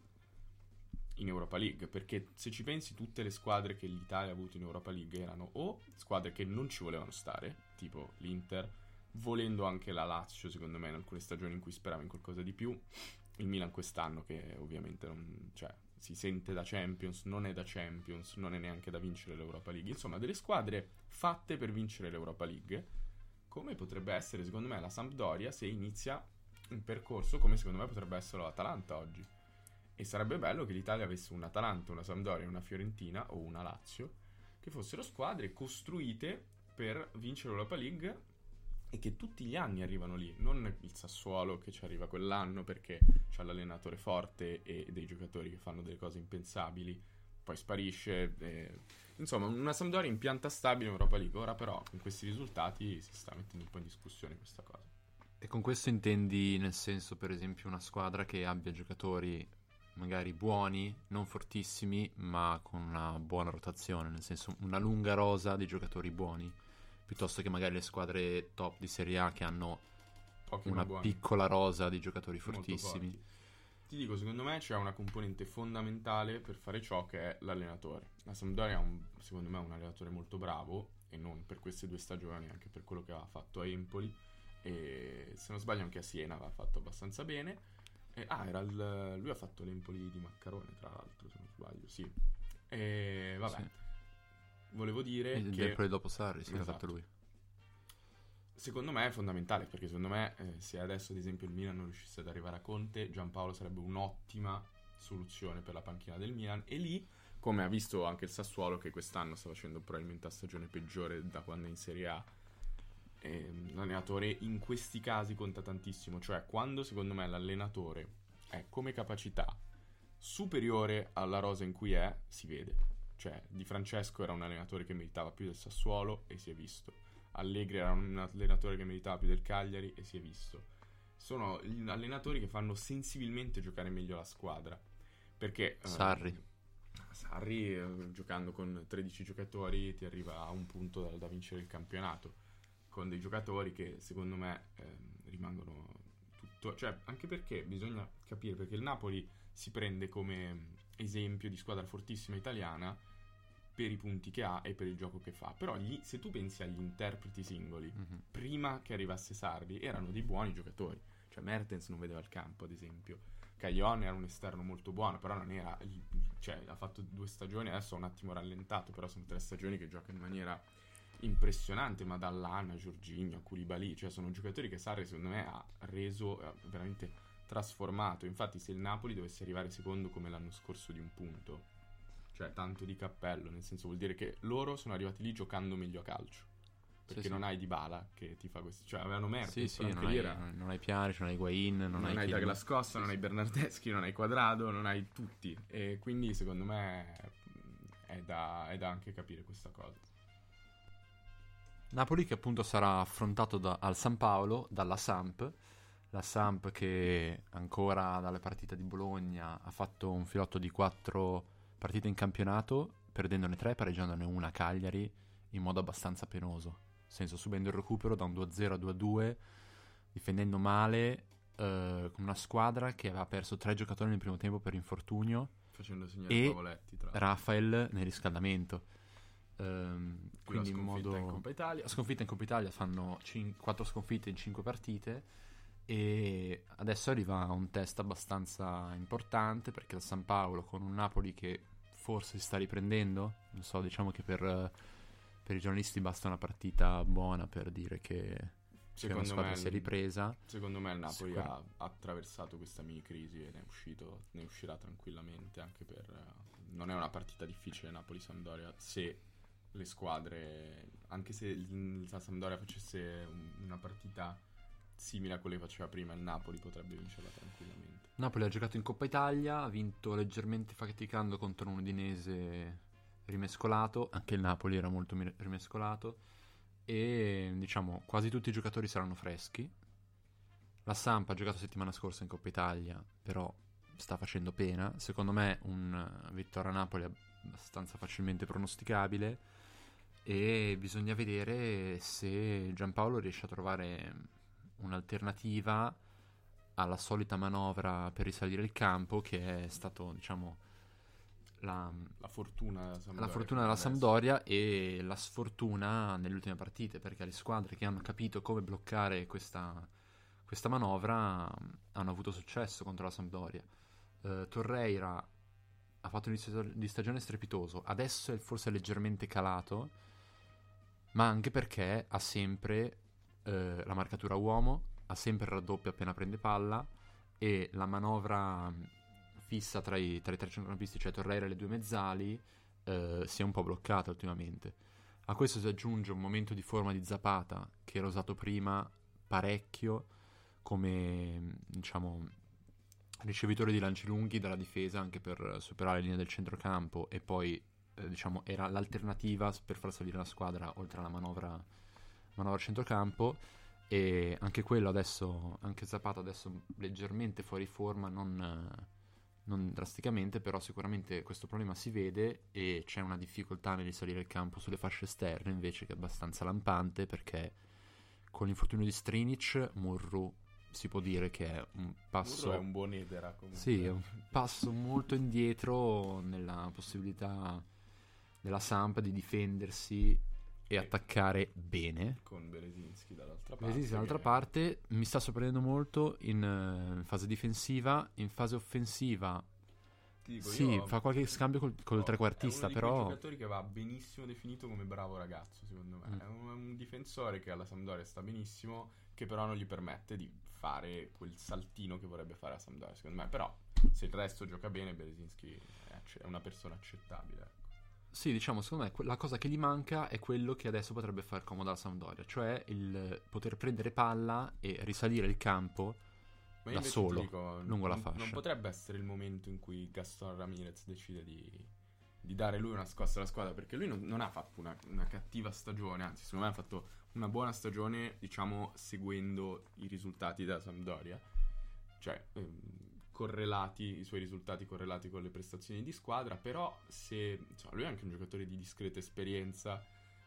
[SPEAKER 2] in Europa League, perché se ci pensi tutte le squadre che l'Italia ha avuto in Europa League erano o squadre che non ci volevano stare, tipo l'Inter, volendo anche la Lazio secondo me in alcune stagioni in cui sperava in qualcosa di più, il Milan quest'anno che ovviamente non, cioè, si sente da Champions, non è da Champions, non è neanche da vincere l'Europa League, insomma delle squadre fatte per vincere l'Europa League, come potrebbe essere secondo me la Sampdoria se inizia un percorso come secondo me potrebbe essere l'Atalanta oggi. E sarebbe bello che l'Italia avesse un Atalanta, una Sampdoria, una Fiorentina o una Lazio, che fossero squadre costruite per vincere l'Europa League e che tutti gli anni arrivano lì, non il Sassuolo che ci arriva quell'anno perché c'ha l'allenatore forte e dei giocatori che fanno delle cose impensabili, poi sparisce, e... insomma una Sampdoria in pianta stabile in Europa League. Ora però con questi risultati si sta mettendo un po' in discussione questa cosa.
[SPEAKER 1] E con questo intendi nel senso per esempio una squadra che abbia giocatori magari buoni, non fortissimi, ma con una buona rotazione, nel senso una lunga rosa di giocatori buoni, piuttosto che magari le squadre top di Serie A che hanno
[SPEAKER 2] Pochi
[SPEAKER 1] una
[SPEAKER 2] buoni.
[SPEAKER 1] piccola rosa di giocatori
[SPEAKER 2] Molto
[SPEAKER 1] fortissimi.
[SPEAKER 2] forti. Ti dico, secondo me c'è una componente fondamentale per fare ciò che è l'allenatore. La Sampdoria è un, secondo me un allenatore molto bravo, e non per queste due stagioni, anche per quello che aveva fatto a Empoli, e se non sbaglio anche a Siena aveva fatto abbastanza bene. E, ah, era il, lui ha fatto l'Empoli di Maccarone, tra l'altro, se non sbaglio, sì. E vabbè,
[SPEAKER 1] Sì.
[SPEAKER 2] volevo dire
[SPEAKER 1] Il
[SPEAKER 2] che
[SPEAKER 1] Empoli dopo Sarri, sì, l'ha
[SPEAKER 2] Esatto.
[SPEAKER 1] fatto lui.
[SPEAKER 2] secondo me è fondamentale, perché secondo me eh, se adesso ad esempio il Milan non riuscisse ad arrivare a Conte, Giampaolo sarebbe un'ottima soluzione per la panchina del Milan, e lì, come ha visto anche il Sassuolo, che quest'anno sta facendo probabilmente la stagione peggiore da quando è in Serie A, ehm, l'allenatore in questi casi conta tantissimo. Cioè quando secondo me l'allenatore è come capacità superiore alla rosa in cui è, si vede. Cioè Di Francesco era un allenatore che meritava più del Sassuolo e si è visto. Allegri era un allenatore che meritava più del Cagliari e si è visto. Sono gli allenatori che fanno sensibilmente giocare meglio la squadra, perché eh,
[SPEAKER 1] Sarri.
[SPEAKER 2] Sarri eh, giocando con tredici giocatori ti arriva a un punto da, da vincere il campionato, con dei giocatori che secondo me eh, rimangono tutto, cioè anche perché bisogna capire, perché il Napoli si prende come esempio di squadra fortissima italiana per i punti che ha e per il gioco che fa, però gli, se tu pensi agli interpreti singoli,
[SPEAKER 1] Mm-hmm.
[SPEAKER 2] prima che arrivasse Sarri erano dei buoni giocatori, cioè Mertens non vedeva il campo ad esempio, Caglion era un esterno molto buono, però non era, cioè ha fatto due stagioni, adesso ha un attimo rallentato, però sono tre stagioni che gioca in maniera impressionante, ma Dall'Anna, Jorginho, Koulibaly, cioè sono giocatori che Sarri secondo me ha reso, ha veramente trasformato. Infatti se il Napoli dovesse arrivare secondo come l'anno scorso di un punto, cioè tanto di cappello, nel senso vuol dire che loro sono arrivati lì giocando meglio a calcio, perché
[SPEAKER 1] Sì,
[SPEAKER 2] non
[SPEAKER 1] sì.
[SPEAKER 2] hai Dybala che ti fa questi, cioè avevano Mertens,
[SPEAKER 1] Sì, sì,
[SPEAKER 2] però
[SPEAKER 1] non
[SPEAKER 2] anche lì
[SPEAKER 1] hai,
[SPEAKER 2] era-
[SPEAKER 1] non hai Pjanic, non hai Higuain, non,
[SPEAKER 2] non
[SPEAKER 1] hai,
[SPEAKER 2] hai
[SPEAKER 1] chi-
[SPEAKER 2] Douglas Costa,
[SPEAKER 1] Sì,
[SPEAKER 2] non
[SPEAKER 1] sì.
[SPEAKER 2] hai Bernardeschi, non hai Quadrado, non hai tutti, e quindi secondo me è da, è da anche capire questa cosa.
[SPEAKER 1] Napoli che appunto sarà affrontato da- al San Paolo dalla Samp, la Samp che ancora dalle partite di Bologna ha fatto un filotto di quattro partite in campionato, perdendone tre, pareggiandone una a Cagliari in modo abbastanza penoso, nel senso subendo il recupero da un due a zero a due a due, difendendo male, eh, con una squadra che aveva perso tre giocatori nel primo tempo per infortunio,
[SPEAKER 2] Facendo segnare
[SPEAKER 1] E
[SPEAKER 2] Pavoletti tra l'altro.
[SPEAKER 1] Rafael nel riscaldamento. Ehm,
[SPEAKER 2] Qui la
[SPEAKER 1] quindi in
[SPEAKER 2] sconfitta
[SPEAKER 1] modo
[SPEAKER 2] in Coppa Italia.
[SPEAKER 1] la sconfitta in Coppa Italia fanno quattro sconfitte in cinque partite e adesso arriva un test abbastanza importante, perché il San Paolo, con un Napoli che forse si sta riprendendo, non so, diciamo che per, per i giornalisti basta una partita buona per dire che, che una squadra si è ripresa.
[SPEAKER 2] Secondo me il Napoli
[SPEAKER 1] Sicur-
[SPEAKER 2] ha, ha attraversato questa mini crisi e ne è uscito, ne uscirà tranquillamente, anche per non è una partita difficile Napoli-Sampdoria, se le squadre, anche se il- la Sampdoria facesse un- una partita simile a quelle che faceva prima, il Napoli potrebbe vincerla tranquillamente.
[SPEAKER 1] Napoli ha giocato in Coppa Italia, ha vinto leggermente faticando contro un Udinese rimescolato, anche il Napoli era molto mi- rimescolato, e diciamo quasi tutti i giocatori saranno freschi. La Samp ha giocato settimana scorsa in Coppa Italia, però sta facendo pena. Secondo me un eh, vittoria a Napoli è abbastanza facilmente pronosticabile, e bisogna vedere se Giampaolo riesce a trovare un'alternativa alla solita manovra per risalire il campo, che è stato, diciamo, la,
[SPEAKER 2] La fortuna della Sampdoria,
[SPEAKER 1] la fortuna della
[SPEAKER 2] adesso.
[SPEAKER 1] Sampdoria e la sfortuna nelle ultime partite, perché le squadre che hanno capito come bloccare questa, questa manovra hanno avuto successo contro la Sampdoria. Uh, Torreira ha fatto un inizio di stagione strepitoso, adesso è forse leggermente calato, ma anche perché ha sempre uh, la marcatura uomo, ha sempre il raddoppio appena prende palla, e la manovra fissa tra i, tra i tre centrocampisti, cioè Torreira e le due mezzali, uh, si è un po' bloccata ultimamente. A questo si aggiunge un momento di forma di Zapata, che era usato prima parecchio come, diciamo, ricevitore di lanci lunghi dalla difesa, anche per superare la linea del centrocampo, e poi eh, diciamo era l'alternativa per far salire la squadra oltre alla manovra manovra centrocampo. E anche quello adesso, anche Zapata adesso leggermente fuori forma, non, non drasticamente, però sicuramente questo problema si vede, e c'è una difficoltà nel risalire il campo sulle fasce esterne invece, che è abbastanza lampante, perché con l'infortunio di Strinic, Murru si può dire che è un passo...
[SPEAKER 2] Murru è un buon edera comunque.
[SPEAKER 1] Sì, è un passo molto indietro nella possibilità della Samp di difendersi e attaccare bene.
[SPEAKER 2] Con Berezinski dall'altra parte.
[SPEAKER 1] Berezinski dall'altra
[SPEAKER 2] che...
[SPEAKER 1] parte mi sta sorprendendo molto in, uh, in fase difensiva. In fase offensiva
[SPEAKER 2] dico,
[SPEAKER 1] sì, fa qualche scambio col, col
[SPEAKER 2] no,
[SPEAKER 1] trequartista,
[SPEAKER 2] è uno
[SPEAKER 1] però...
[SPEAKER 2] di quei giocatori che va benissimo definito come bravo ragazzo, secondo me.
[SPEAKER 1] Mm.
[SPEAKER 2] È un, un difensore che alla Sampdoria sta benissimo, che però non gli permette di fare quel saltino che vorrebbe fare a Sampdoria, secondo me. Però se il resto gioca bene, Berezinski è, acc- è una persona accettabile, ecco.
[SPEAKER 1] Sì, diciamo, secondo me la cosa che gli manca è quello che adesso potrebbe far comodo alla Sampdoria, cioè il poter prendere palla e risalire il campo
[SPEAKER 2] Ma
[SPEAKER 1] da
[SPEAKER 2] invece
[SPEAKER 1] solo,
[SPEAKER 2] ti dico,
[SPEAKER 1] lungo la
[SPEAKER 2] non,
[SPEAKER 1] fascia.
[SPEAKER 2] non potrebbe essere il momento in cui Gaston Ramirez decide di, di dare lui una scossa alla squadra, perché lui non, non ha fatto una, una cattiva stagione, anzi secondo me ha fatto una buona stagione, diciamo, seguendo i risultati della Sampdoria, cioè ehm, correlati, i suoi risultati correlati con le prestazioni di squadra. Però se, insomma, lui è anche un giocatore di discreta esperienza,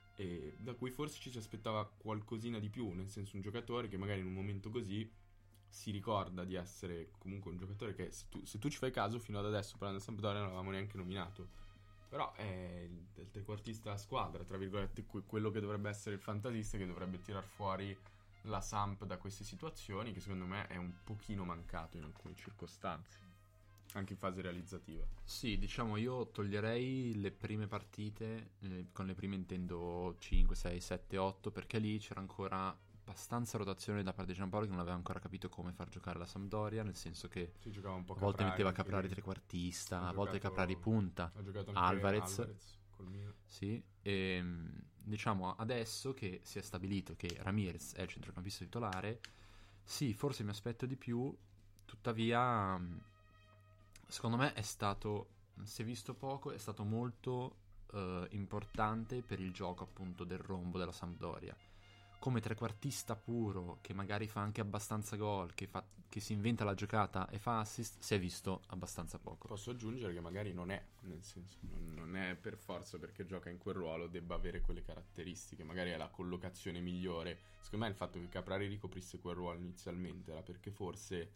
[SPEAKER 2] e da cui forse ci si aspettava qualcosina di più, nel senso un giocatore che magari in un momento così si ricorda di essere comunque un giocatore che, se tu, se tu ci fai caso, fino ad adesso parlando di Sampdoria non l'avevamo neanche nominato, però è il, il trequartista a squadra, tra virgolette, quello che dovrebbe essere il fantasista, che dovrebbe tirar fuori la Samp da queste situazioni, che secondo me è un pochino mancato in alcune circostanze, anche in fase realizzativa.
[SPEAKER 1] Sì, diciamo, io toglierei le prime partite, eh, con le prime intendo cinque, sei, sette, otto, perché lì c'era ancora abbastanza rotazione da parte di Giampaolo, che non aveva ancora capito come far giocare la Sampdoria, nel senso che
[SPEAKER 2] si giocava un po'
[SPEAKER 1] a volte
[SPEAKER 2] Caprari,
[SPEAKER 1] metteva
[SPEAKER 2] anche
[SPEAKER 1] Caprari
[SPEAKER 2] lui.
[SPEAKER 1] trequartista,
[SPEAKER 2] Ha
[SPEAKER 1] a volte
[SPEAKER 2] giocato-
[SPEAKER 1] Caprari punta,
[SPEAKER 2] Ha giocato anche
[SPEAKER 1] Alvarez,
[SPEAKER 2] Alvarez col Milan.
[SPEAKER 1] sì, e diciamo adesso che si è stabilito che Ramirez è il centrocampista titolare, sì, forse mi aspetto di più, tuttavia secondo me è stato, si è visto poco, è stato molto eh, importante per il gioco appunto del rombo della Sampdoria. Come trequartista puro, che magari fa anche abbastanza gol, che, fa, che si inventa la giocata e fa assist, si è visto abbastanza poco.
[SPEAKER 2] Posso aggiungere che magari non è, nel senso, non, non è per forza perché gioca in quel ruolo debba avere quelle caratteristiche, magari è la collocazione migliore. Secondo me il fatto che Caprari ricoprisse quel ruolo inizialmente era perché forse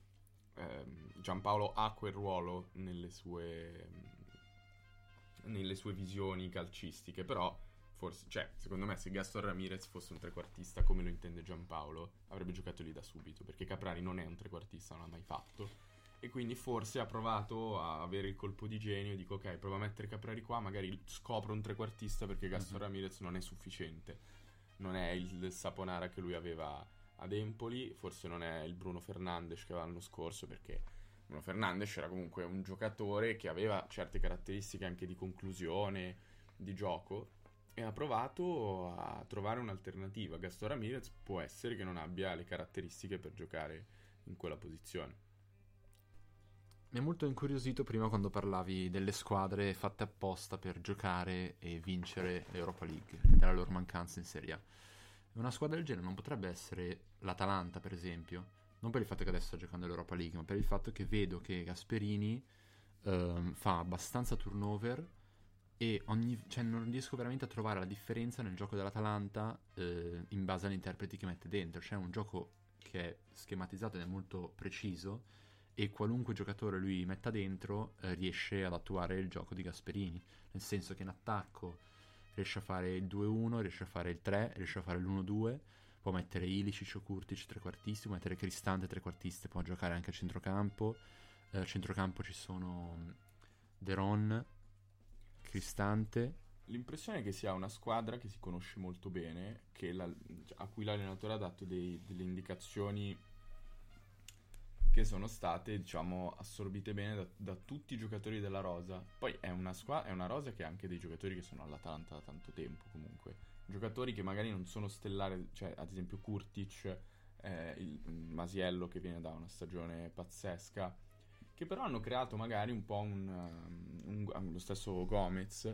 [SPEAKER 2] ehm, Giampaolo ha quel ruolo nelle sue, nelle sue visioni calcistiche, però forse, cioè, secondo me se Gaston Ramirez fosse un trequartista come lo intende Giampaolo, avrebbe giocato lì da subito, perché Caprari non è un trequartista, non l'ha mai fatto, e quindi forse ha provato a avere il colpo di genio e dico ok, provo a mettere Caprari qua, magari scopro un trequartista, perché Gaston
[SPEAKER 1] Mm-hmm.
[SPEAKER 2] Ramirez non è sufficiente, non è il Saponara che lui aveva ad Empoli, forse non è il Bruno Fernandes che aveva l'anno scorso, perché Bruno Fernandes era comunque un giocatore che aveva certe caratteristiche anche di conclusione, di gioco, e ha provato a trovare un'alternativa. Gaston Ramirez può essere che non abbia le caratteristiche per giocare in quella posizione.
[SPEAKER 1] Mi è molto incuriosito prima quando parlavi delle squadre fatte apposta per giocare e vincere l'Europa League e della loro mancanza in Serie A. Una squadra del genere non potrebbe essere l'Atalanta, per esempio, non per il fatto che adesso sta giocando l'Europa League, ma per il fatto che vedo che Gasperini ehm, fa abbastanza turnover e ogni, cioè non riesco veramente a trovare la differenza nel gioco dell'Atalanta eh, in base agli interpreti che mette dentro. C'è un gioco che è schematizzato ed è molto preciso e qualunque giocatore lui metta dentro eh, riesce ad attuare il gioco di Gasperini, nel senso che in attacco riesce a fare il due uno, riesce a fare il tre, riesce a fare l'uno due, può mettere Ilicic o Kurtic trequartisti, può mettere Cristante trequartisti, può giocare anche a centrocampo. Eh, a centrocampo ci sono De Ron, Cristante.
[SPEAKER 2] L'impressione è che sia una squadra che si conosce molto bene, che la- a cui l'allenatore ha dato dei- delle indicazioni che sono state, diciamo, assorbite bene da, da tutti i giocatori della rosa. Poi è una, squa- è una rosa che ha anche dei giocatori che sono all'Atalanta da tanto tempo, comunque. Giocatori che magari non sono stellari, cioè ad esempio Kurtic, eh, il Masiello che viene da una stagione pazzesca, che però hanno creato magari un po' un, um, un- lo stesso Gomez.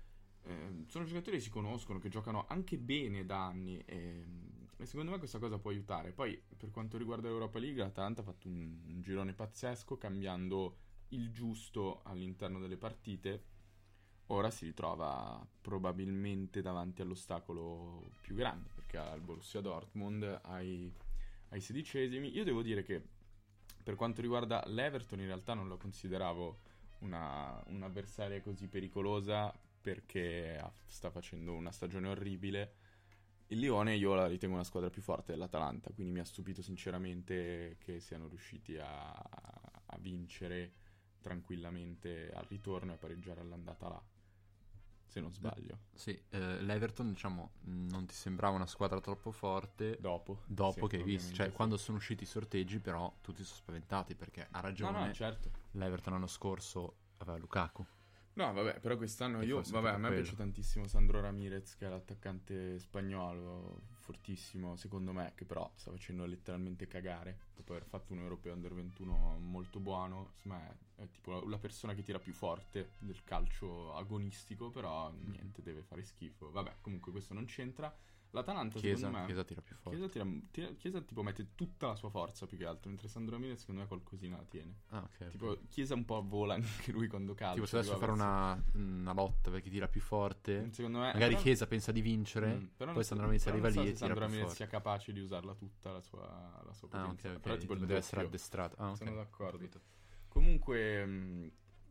[SPEAKER 2] Eh, sono giocatori che si conoscono, che giocano anche bene da anni e, e secondo me questa cosa può aiutare. Poi per quanto riguarda l'Europa League, l'Atalanta ha fatto un, un girone pazzesco cambiando il giusto all'interno delle partite. Ora si ritrova probabilmente davanti all'ostacolo più grande, perché ha il Borussia Dortmund ai, ai sedicesimi. Io devo dire che per quanto riguarda l'Everton in realtà non lo consideravo una, un'avversaria così pericolosa, perché ha- sta facendo una stagione orribile. Il Lione io la ritengo una squadra più forte dell'Atalanta, quindi mi ha stupito sinceramente che siano riusciti a, a vincere tranquillamente al ritorno e a pareggiare all'andata là, se non sbaglio.
[SPEAKER 1] Sì, eh, l'Everton, diciamo, non ti sembrava una squadra troppo forte
[SPEAKER 2] Dopo,
[SPEAKER 1] dopo
[SPEAKER 2] sì,
[SPEAKER 1] che hai visto, cioè
[SPEAKER 2] ovviamente sì.
[SPEAKER 1] quando sono usciti i sorteggi, però tutti sono spaventati perché ha
[SPEAKER 2] No,
[SPEAKER 1] ragione.
[SPEAKER 2] no, certo.
[SPEAKER 1] L'Everton l'anno scorso aveva Lukaku.
[SPEAKER 2] No, vabbè, però quest'anno
[SPEAKER 1] E
[SPEAKER 2] io,
[SPEAKER 1] forse
[SPEAKER 2] vabbè,
[SPEAKER 1] anche
[SPEAKER 2] a
[SPEAKER 1] per
[SPEAKER 2] me
[SPEAKER 1] quello.
[SPEAKER 2] piace tantissimo Sandro Ramirez, che è l'attaccante spagnolo, fortissimo, secondo me, che però sta facendo letteralmente cagare, dopo aver fatto un europeo under ventuno molto buono. Secondo me è tipo la, la persona che tira più forte del calcio agonistico, però niente, deve fare schifo. Vabbè, comunque questo non c'entra. L'Atalanta,
[SPEAKER 1] Chiesa,
[SPEAKER 2] secondo me...
[SPEAKER 1] Chiesa tira più forte.
[SPEAKER 2] Chiesa, tira, tira- Chiesa tipo mette tutta la sua forza più che altro, mentre Sandro Ramirez secondo me qualcosina la tiene.
[SPEAKER 1] Ah, ok.
[SPEAKER 2] Tipo
[SPEAKER 1] ok.
[SPEAKER 2] Chiesa un po' vola anche lui quando calcia.
[SPEAKER 1] Tipo se adesso
[SPEAKER 2] arriva
[SPEAKER 1] fare
[SPEAKER 2] verso-
[SPEAKER 1] una, una lotta perché tira più forte,
[SPEAKER 2] Secondo me
[SPEAKER 1] magari
[SPEAKER 2] però-
[SPEAKER 1] Chiesa pensa di vincere,
[SPEAKER 2] Mm, però
[SPEAKER 1] poi
[SPEAKER 2] non
[SPEAKER 1] Sandro
[SPEAKER 2] so-
[SPEAKER 1] Ramirez
[SPEAKER 2] però
[SPEAKER 1] arriva
[SPEAKER 2] non so
[SPEAKER 1] lì
[SPEAKER 2] se
[SPEAKER 1] e tira
[SPEAKER 2] Sandro
[SPEAKER 1] più
[SPEAKER 2] Ramirez
[SPEAKER 1] forte.
[SPEAKER 2] sia capace di usarla tutta la sua, la sua
[SPEAKER 1] Ah,
[SPEAKER 2] potenza.
[SPEAKER 1] ok, ok.
[SPEAKER 2] Però è tipo il
[SPEAKER 1] Deve essere
[SPEAKER 2] doppio.
[SPEAKER 1] addestrato. Ah, ok.
[SPEAKER 2] Sono d'accordo.
[SPEAKER 1] Capito.
[SPEAKER 2] Comunque, mh,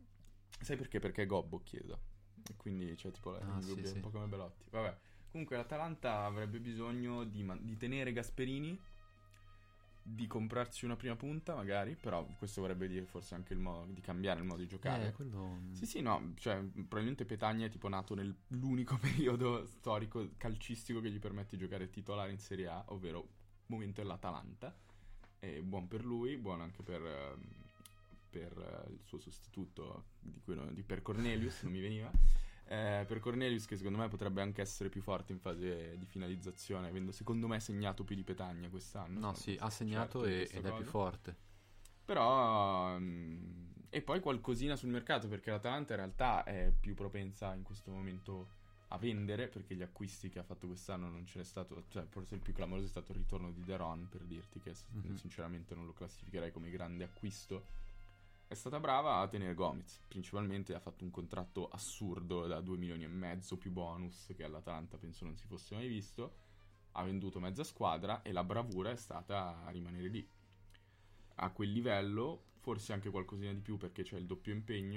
[SPEAKER 2] sai perché? Perché è gobbo Chiesa. E quindi c'è tipo la,
[SPEAKER 1] Ah,
[SPEAKER 2] il
[SPEAKER 1] sì,
[SPEAKER 2] dubbio,
[SPEAKER 1] sì.
[SPEAKER 2] un po' come Belotti. Vabbè. Comunque l'Atalanta avrebbe bisogno di, man- di tenere Gasperini, di comprarsi una prima punta magari, però questo vorrebbe dire forse anche il modo di cambiare il modo di giocare.
[SPEAKER 1] Eh, quello...
[SPEAKER 2] Sì, sì, no, cioè probabilmente Petagna è tipo nato nell'unico periodo storico calcistico che gli permette di giocare titolare in Serie A, ovvero momento dell'Atalanta. E buon per lui, buono anche per, ehm, per eh, il suo sostituto, di cui non- di- per Cornelius, non mi veniva. Eh, per Cornelius, che secondo me potrebbe anche essere più forte in fase di finalizzazione, avendo secondo me segnato più di Petagna quest'anno.
[SPEAKER 1] No,
[SPEAKER 2] sono
[SPEAKER 1] sì, ha
[SPEAKER 2] certo
[SPEAKER 1] segnato
[SPEAKER 2] di
[SPEAKER 1] e-
[SPEAKER 2] questa
[SPEAKER 1] ed è più
[SPEAKER 2] cosa.
[SPEAKER 1] forte.
[SPEAKER 2] Però mm, e poi qualcosina sul mercato, perché l'Atalanta in realtà è più propensa in questo momento a vendere, perché gli acquisti che ha fatto quest'anno non ce n'è stato, cioè forse il più clamoroso è stato il ritorno di De Ron, per dirti che s-
[SPEAKER 1] Mhm.
[SPEAKER 2] sinceramente non lo classificherei come grande acquisto. È stata brava a tenere Gomez, principalmente ha fatto un contratto assurdo da due milioni e mezzo più bonus, che all'Atalanta penso non si fosse mai visto. Ha venduto mezza squadra e la bravura è stata a rimanere lì a quel livello, forse anche qualcosina di più perché c'è il doppio impegno.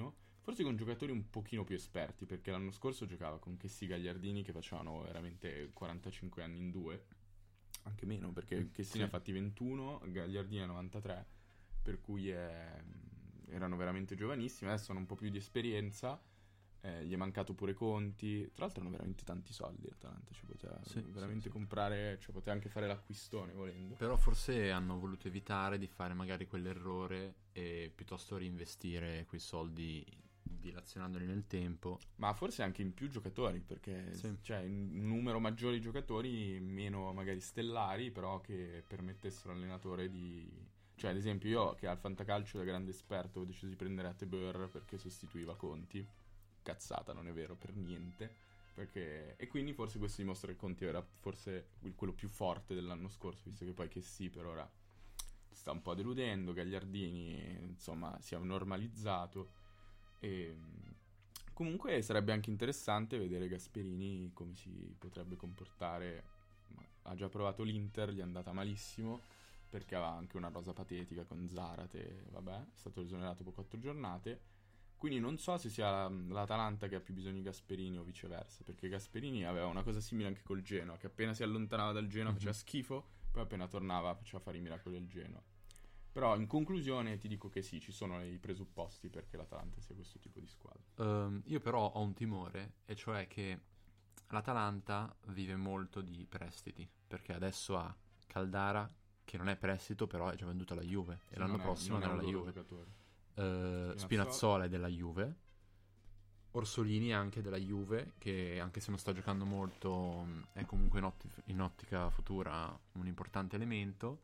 [SPEAKER 2] forse con giocatori un pochino più esperti, perché l'anno scorso giocava con Chessy Gagliardini che facevano veramente quarantacinque anni in due, anche meno, perché Chessy
[SPEAKER 1] Sì.
[SPEAKER 2] ne ha fatti ventuno, Gagliardini ha novantatré, per cui è- erano veramente giovanissimi, adesso hanno un po' più di esperienza, eh, gli è mancato pure Conti, tra l'altro hanno veramente tanti soldi l'Atalanta, cioè poteva
[SPEAKER 1] Sì,
[SPEAKER 2] veramente
[SPEAKER 1] sì, sì.
[SPEAKER 2] comprare, cioè poteva anche fare l'acquistone volendo.
[SPEAKER 1] Però forse hanno voluto evitare di fare magari quell'errore e piuttosto reinvestire quei soldi dilazionandoli nel tempo.
[SPEAKER 2] Ma forse anche in più giocatori, perché
[SPEAKER 1] Sì.
[SPEAKER 2] cioè un numero maggiore di giocatori, meno magari stellari, però che permettessero all'allenatore di... Cioè, ad esempio, io che al fantacalcio da grande esperto ho deciso di prendere Atebeur perché sostituiva Conti. Cazzata, non è vero, per niente. Perché... E quindi forse questo dimostra che Conti era forse quello più forte dell'anno scorso, visto che poi che sì, per ora sta un po' deludendo, Gagliardini, insomma, si è normalizzato. E comunque sarebbe anche interessante vedere Gasperini come si potrebbe comportare. Ma ha già provato l'Inter, gli è andata malissimo perché aveva anche una rosa patetica con Zarate, vabbè, è stato esonerato dopo quattro giornate. Quindi non so se sia l'Atalanta che ha più bisogno di Gasperini o viceversa, perché Gasperini aveva una cosa simile anche col Genoa, che appena si allontanava dal Genoa faceva schifo, poi appena tornava faceva fare i miracoli del Genoa. Però in conclusione ti dico che sì, ci sono i presupposti perché l'Atalanta sia questo tipo di squadra.
[SPEAKER 1] Ehm, io però ho un timore, e cioè che l'Atalanta vive molto di prestiti, perché adesso ha Caldara, che non è prestito, però è già venduto alla Juve, e
[SPEAKER 2] Sì,
[SPEAKER 1] l'anno
[SPEAKER 2] non è-
[SPEAKER 1] prossimo
[SPEAKER 2] non è
[SPEAKER 1] andrà
[SPEAKER 2] un
[SPEAKER 1] alla
[SPEAKER 2] loro
[SPEAKER 1] Juve.
[SPEAKER 2] giocatore.
[SPEAKER 1] Eh,
[SPEAKER 2] Spinazzola.
[SPEAKER 1] Spinazzola è della Juve, Orsolini è anche della Juve, che anche se non sta giocando molto mh, è comunque in, otti- in ottica futura un importante elemento.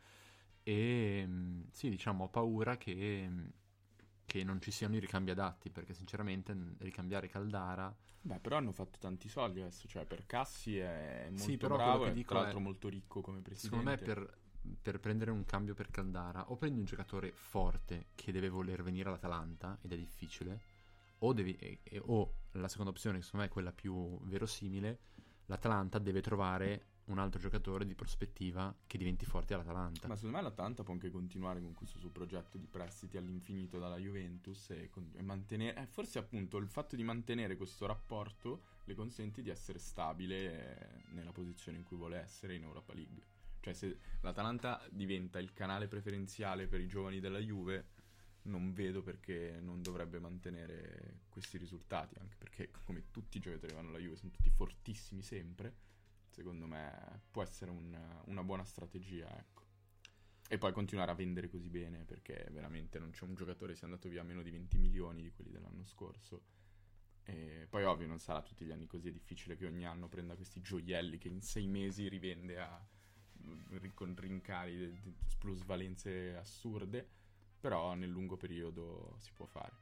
[SPEAKER 1] E mh, sì, diciamo, ho paura che, mh, che non ci siano i ricambi adatti, perché sinceramente mh, ricambiare Caldara...
[SPEAKER 2] Beh, però hanno fatto tanti soldi adesso, cioè per Cassi è molto
[SPEAKER 1] Sì, però
[SPEAKER 2] bravo
[SPEAKER 1] quello che
[SPEAKER 2] e
[SPEAKER 1] dico
[SPEAKER 2] tra l'altro
[SPEAKER 1] è,
[SPEAKER 2] molto ricco come presidente.
[SPEAKER 1] secondo me per, per prendere un cambio per Caldara o prendi un giocatore forte che deve voler venire all'Atalanta, ed è difficile, o, devi, e- e- o la seconda opzione, che secondo me è quella più verosimile, l'Atalanta deve trovare un altro giocatore di prospettiva che diventi forte all'Atalanta.
[SPEAKER 2] Ma secondo me l'Atalanta può anche continuare con questo suo progetto di prestiti all'infinito dalla Juventus e, con- e mantenere... eh, forse appunto il fatto di mantenere questo rapporto le consente di essere stabile eh, nella posizione in cui vuole essere in Europa League. Cioè se l'Atalanta diventa il canale preferenziale per i giovani della Juve, non vedo perché non dovrebbe mantenere questi risultati, anche perché come tutti i giocatori che vanno alla Juve sono tutti fortissimi sempre. Secondo me può essere un- una buona strategia, ecco. E poi continuare a vendere così bene, perché veramente non c'è un giocatore che sia andato via a meno di venti milioni di quelli dell'anno scorso. E poi ovvio non sarà tutti gli anni così, è difficile che ogni anno prenda questi gioielli che in sei mesi rivende a, con rincari di di plusvalenze assurde, però nel lungo periodo si può fare.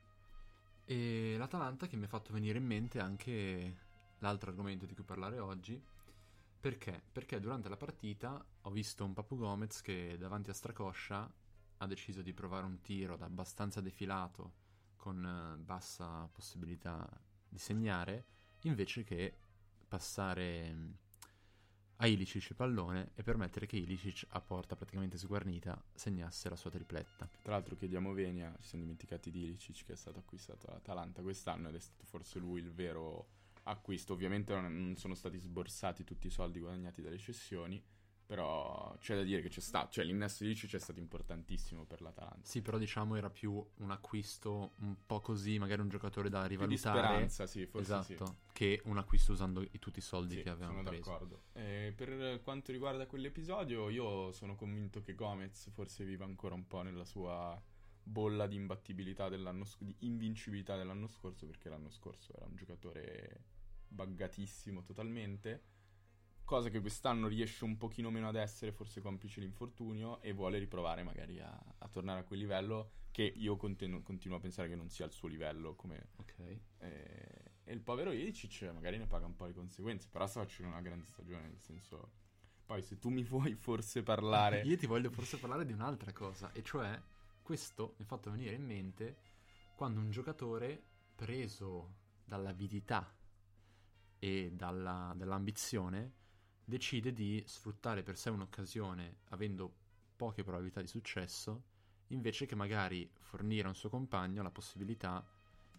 [SPEAKER 1] E l'Atalanta che mi ha fatto venire in mente anche l'altro argomento di cui parlare oggi. Perché? Perché durante la partita ho visto un Papu Gomez che davanti a Stracoscia ha deciso di provare un tiro da abbastanza defilato con eh, bassa possibilità di segnare, invece che passare mh, a Ilicic il pallone e permettere che Ilicic a porta praticamente sguarnita segnasse la sua tripletta.
[SPEAKER 2] Tra l'altro chiediamo Venia, ci siamo dimenticati di Ilicic che è stato acquistato all'Atalanta quest'anno ed è stato forse lui il vero acquisto. Ovviamente non non sono stati sborsati tutti i soldi guadagnati dalle cessioni, però c'è da dire che c'è stato, cioè l'innesto di Ilicic è stato importantissimo per l'Atalanta.
[SPEAKER 1] Sì, però diciamo era più un acquisto un po' così, magari un giocatore da
[SPEAKER 2] Più di
[SPEAKER 1] rivalutare.
[SPEAKER 2] speranza, sì, forse
[SPEAKER 1] Esatto,
[SPEAKER 2] sì.
[SPEAKER 1] che un acquisto usando i- tutti i soldi
[SPEAKER 2] Sì,
[SPEAKER 1] che avevamo
[SPEAKER 2] sono
[SPEAKER 1] preso.
[SPEAKER 2] d'accordo. E per quanto riguarda quell'episodio, io sono convinto che Gomez forse viva ancora un po' nella sua bolla di imbattibilità dell'anno sc- di invincibilità dell'anno scorso, perché l'anno scorso era un giocatore buggatissimo totalmente, cosa che quest'anno riesce un pochino meno ad essere, forse complice l'infortunio, e vuole riprovare magari a, a tornare a quel livello che io continu- continuo a pensare che non sia il suo livello come...
[SPEAKER 1] Ok.
[SPEAKER 2] E, e il povero Ilicic magari ne paga un po' le conseguenze, però sta facendo una grande stagione, nel senso... Poi se tu mi vuoi forse parlare...
[SPEAKER 1] Io ti voglio forse parlare di un'altra cosa, e cioè questo mi ha fatto venire in mente quando un giocatore preso dall'avidità e dalla, dall'ambizione decide di sfruttare per sé un'occasione avendo poche probabilità di successo, invece che magari fornire a un suo compagno la possibilità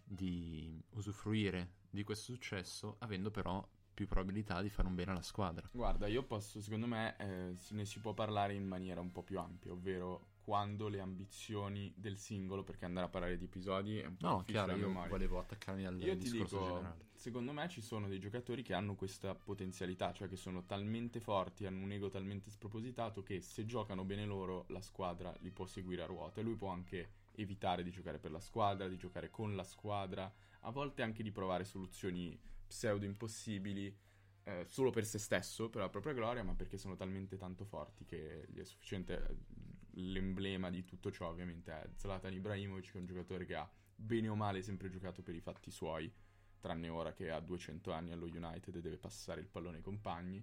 [SPEAKER 1] di usufruire di questo successo avendo però più probabilità di fare un bene alla squadra.
[SPEAKER 2] Guarda, io posso, secondo me, eh, se ne si può parlare in maniera un po' più ampia, ovvero quando le ambizioni del singolo, perché andare a parlare di episodi è un po'
[SPEAKER 1] No,
[SPEAKER 2] difficile
[SPEAKER 1] chiaro,
[SPEAKER 2] a
[SPEAKER 1] io
[SPEAKER 2] memoria.
[SPEAKER 1] volevo attaccarmi al
[SPEAKER 2] Io ti
[SPEAKER 1] discorso
[SPEAKER 2] dico,
[SPEAKER 1] generale.
[SPEAKER 2] secondo me ci sono dei giocatori che hanno questa potenzialità, cioè che sono talmente forti, hanno un ego talmente spropositato che se giocano bene loro, la squadra li può seguire a ruota e lui può anche evitare di giocare per la squadra, di giocare con la squadra, a volte anche di provare soluzioni pseudo impossibili, eh, solo per se stesso, per la propria gloria, ma perché sono talmente tanto forti che gli è sufficiente. L'emblema di tutto ciò ovviamente è Zlatan Ibrahimovic, che è un giocatore che ha bene o male sempre giocato per i fatti suoi, tranne ora che ha duecento anni allo United e deve passare il pallone ai compagni.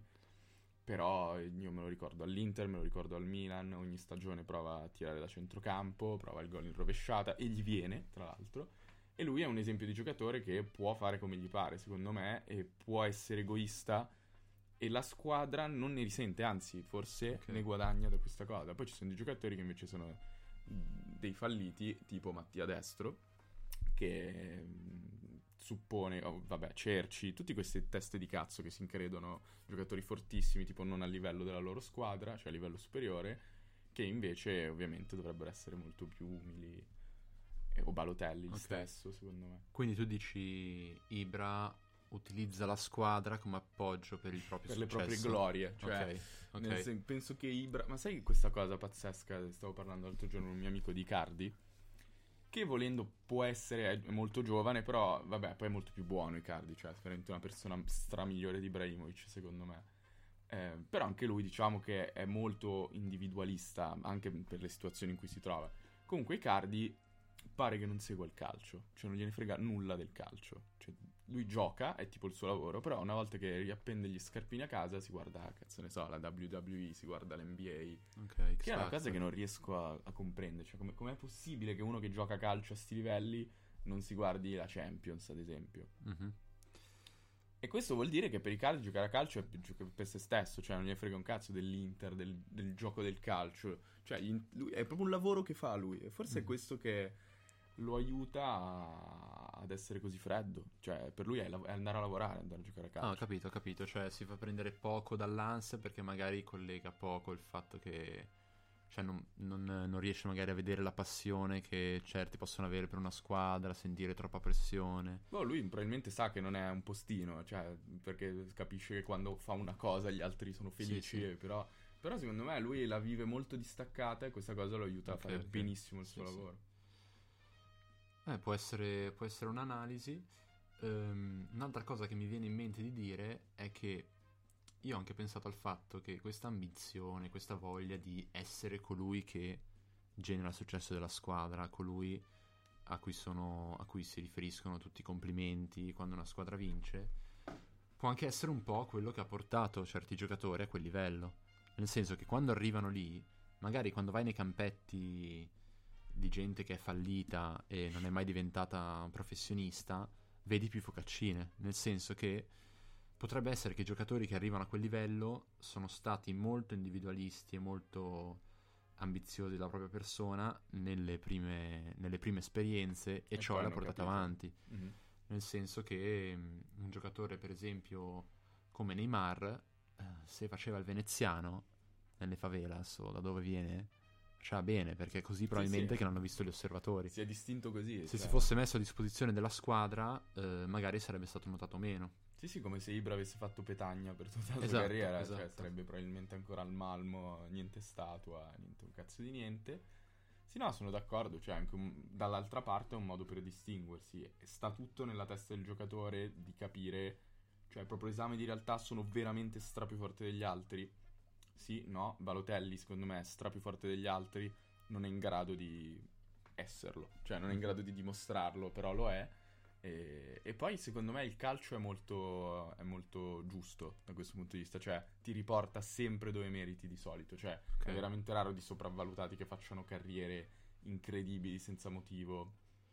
[SPEAKER 2] Però io me lo ricordo all'Inter, me lo ricordo al Milan, ogni stagione prova a tirare da centrocampo, prova il gol in rovesciata e gli viene, tra l'altro. E lui è un esempio di giocatore che può fare come gli pare, secondo me, e può essere egoista e la squadra non ne risente, anzi, forse
[SPEAKER 1] Okay.
[SPEAKER 2] ne guadagna da questa cosa. Poi ci sono dei giocatori che invece sono dei falliti, tipo Mattia Destro, che mh, suppone, oh, vabbè, Cerci, tutti questi teste di cazzo che si incredono giocatori fortissimi, tipo non a livello della loro squadra, cioè a livello superiore, che invece ovviamente dovrebbero essere molto più umili. E- o Balotelli
[SPEAKER 1] Ok.
[SPEAKER 2] stesso, secondo me.
[SPEAKER 1] Quindi tu dici Ibra utilizza la squadra come appoggio per il proprio
[SPEAKER 2] Per le
[SPEAKER 1] successo.
[SPEAKER 2] proprie glorie, cioè
[SPEAKER 1] Ok, ok.
[SPEAKER 2] nel sen- penso che Ibra, ma sai questa cosa pazzesca, stavo parlando l'altro giorno con un mio amico di Icardi, che volendo può essere, è molto giovane, però vabbè, poi è molto più buono Icardi, cioè è veramente una persona stra migliore di Ibrahimovic, secondo me. Eh, però anche lui diciamo che è molto individualista, anche per le situazioni in cui si trova. Comunque Icardi pare che non segua il calcio, cioè non gliene frega nulla del calcio, cioè lui gioca, è tipo il suo lavoro, però una volta che riappende gli scarpini a casa si guarda, cazzo ne so, la W W E, si guarda l'N B A,
[SPEAKER 1] Ok,
[SPEAKER 2] che
[SPEAKER 1] X
[SPEAKER 2] è una
[SPEAKER 1] Factor.
[SPEAKER 2] cosa che non riesco a, a comprendere, cioè come com'è possibile che uno che gioca a calcio a sti livelli non si guardi la Champions, ad esempio.
[SPEAKER 1] Mhm.
[SPEAKER 2] E questo vuol dire che per Icardi giocare a calcio è per, gioca- per se stesso, cioè non gliene frega un cazzo dell'Inter, del, del gioco del calcio, cioè gli- lui- è proprio un lavoro che fa lui, e forse è
[SPEAKER 1] Mm.
[SPEAKER 2] questo che lo aiuta a- ad essere così freddo, cioè per lui è, lav- è andare a lavorare, andare a giocare a
[SPEAKER 1] Ah, ho
[SPEAKER 2] calcio.
[SPEAKER 1] capito, ho capito. Cioè si fa prendere poco dall'ansia perché magari collega poco il fatto che... Cioè non, non- non riesce magari a vedere la passione che certi possono avere per una squadra, sentire troppa pressione.
[SPEAKER 2] Boh, lui probabilmente sa che non è un postino, cioè perché capisce che quando fa una cosa gli altri sono felici,
[SPEAKER 1] Sì, sì.
[SPEAKER 2] e Però, però secondo me lui la vive molto distaccata e questa cosa lo aiuta
[SPEAKER 1] Ok,
[SPEAKER 2] a fare
[SPEAKER 1] ok.
[SPEAKER 2] benissimo il
[SPEAKER 1] Sì,
[SPEAKER 2] suo
[SPEAKER 1] sì.
[SPEAKER 2] lavoro.
[SPEAKER 1] Eh, può essere, può essere un'analisi. Ehm, un'altra cosa che mi viene in mente di dire è che io ho anche pensato al fatto che questa ambizione, questa voglia di essere colui che genera il successo della squadra, colui a cui, sono, a cui si riferiscono tutti i complimenti quando una squadra vince, può anche essere un po' quello che ha portato certi giocatori a quel livello. Nel senso che quando arrivano lì, magari quando vai nei campetti di gente che è fallita e non è mai diventata professionista, vedi più focaccine, nel senso che potrebbe essere che i giocatori che arrivano a quel livello sono stati molto individualisti e molto ambiziosi della propria persona nelle prime, nelle prime esperienze e,
[SPEAKER 2] E
[SPEAKER 1] ciò
[SPEAKER 2] poi
[SPEAKER 1] l'ha
[SPEAKER 2] hanno
[SPEAKER 1] portata
[SPEAKER 2] capito.
[SPEAKER 1] avanti.
[SPEAKER 2] Mhm.
[SPEAKER 1] Nel senso che mh, un giocatore, per esempio, come Neymar, eh, se faceva il veneziano nelle favelas o da dove viene, faceva bene, perché è così probabilmente
[SPEAKER 2] sì.
[SPEAKER 1] che l'hanno visto gli osservatori.
[SPEAKER 2] Si è distinto così.
[SPEAKER 1] Se
[SPEAKER 2] cioè-
[SPEAKER 1] si fosse messo a disposizione della squadra, eh, magari sarebbe stato notato meno.
[SPEAKER 2] Sì, sì, come se Ibra avesse fatto Petagna per tutta la sua
[SPEAKER 1] Esatto,
[SPEAKER 2] carriera, cioè
[SPEAKER 1] esatto.
[SPEAKER 2] sarebbe probabilmente ancora al Malmo, niente statua, niente un cazzo di niente. Sì, no, sono d'accordo, cioè anche un- dall'altra parte è un modo per distinguersi. Sta tutto nella testa del giocatore di capire, cioè il proprio esame di realtà sono veramente stra più forte degli altri. Sì, no, Balotelli secondo me è stra più forte degli altri, non è in grado di esserlo, cioè non è in grado di dimostrarlo, però lo è. E, e poi secondo me il calcio è molto, è molto giusto da questo punto di vista, cioè ti riporta sempre dove meriti di solito, cioè
[SPEAKER 1] Ok.
[SPEAKER 2] è veramente raro di sopravvalutati che facciano carriere incredibili senza motivo.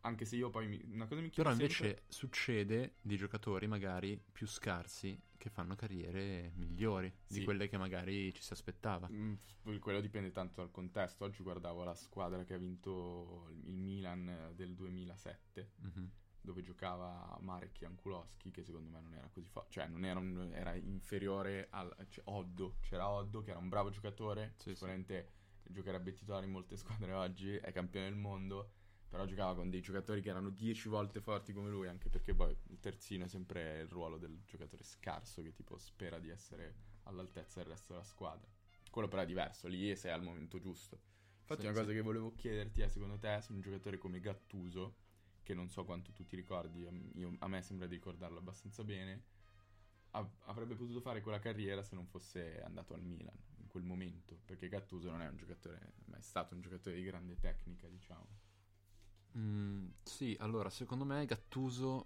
[SPEAKER 2] Anche se io poi mi, una cosa mi chiedo
[SPEAKER 1] Però invece
[SPEAKER 2] sempre...
[SPEAKER 1] succede di giocatori magari più scarsi che fanno carriere migliori
[SPEAKER 2] Sì.
[SPEAKER 1] di quelle che magari ci si aspettava.
[SPEAKER 2] Mm, quello dipende tanto dal contesto. Oggi guardavo la squadra che ha vinto il Milan del duemilasette,
[SPEAKER 1] Mhm.
[SPEAKER 2] dove giocava Marek Jankulowski, che secondo me non era così forte, cioè non era, un- era inferiore al cioè, Oddo, c'era Oddo che era un bravo giocatore,
[SPEAKER 1] Sì,
[SPEAKER 2] sicuramente giocherebbe titolare in molte squadre oggi, è campione del mondo, però giocava con dei giocatori che erano dieci volte forti come lui, anche perché poi il terzino è sempre il ruolo del giocatore scarso che tipo spera di essere all'altezza del resto della squadra. Quello però è diverso, lì sei al momento giusto. Infatti
[SPEAKER 1] Sì,
[SPEAKER 2] una
[SPEAKER 1] sì.
[SPEAKER 2] cosa che volevo chiederti è, secondo te, se un giocatore come Gattuso, che non so quanto tu ti ricordi, io- a me sembra di ricordarlo abbastanza bene, av- avrebbe potuto fare quella carriera se non fosse andato al Milan in quel momento, perché Gattuso non è un giocatore, non è mai stato un giocatore di grande tecnica, diciamo.
[SPEAKER 1] Mm, sì, allora, secondo me Gattuso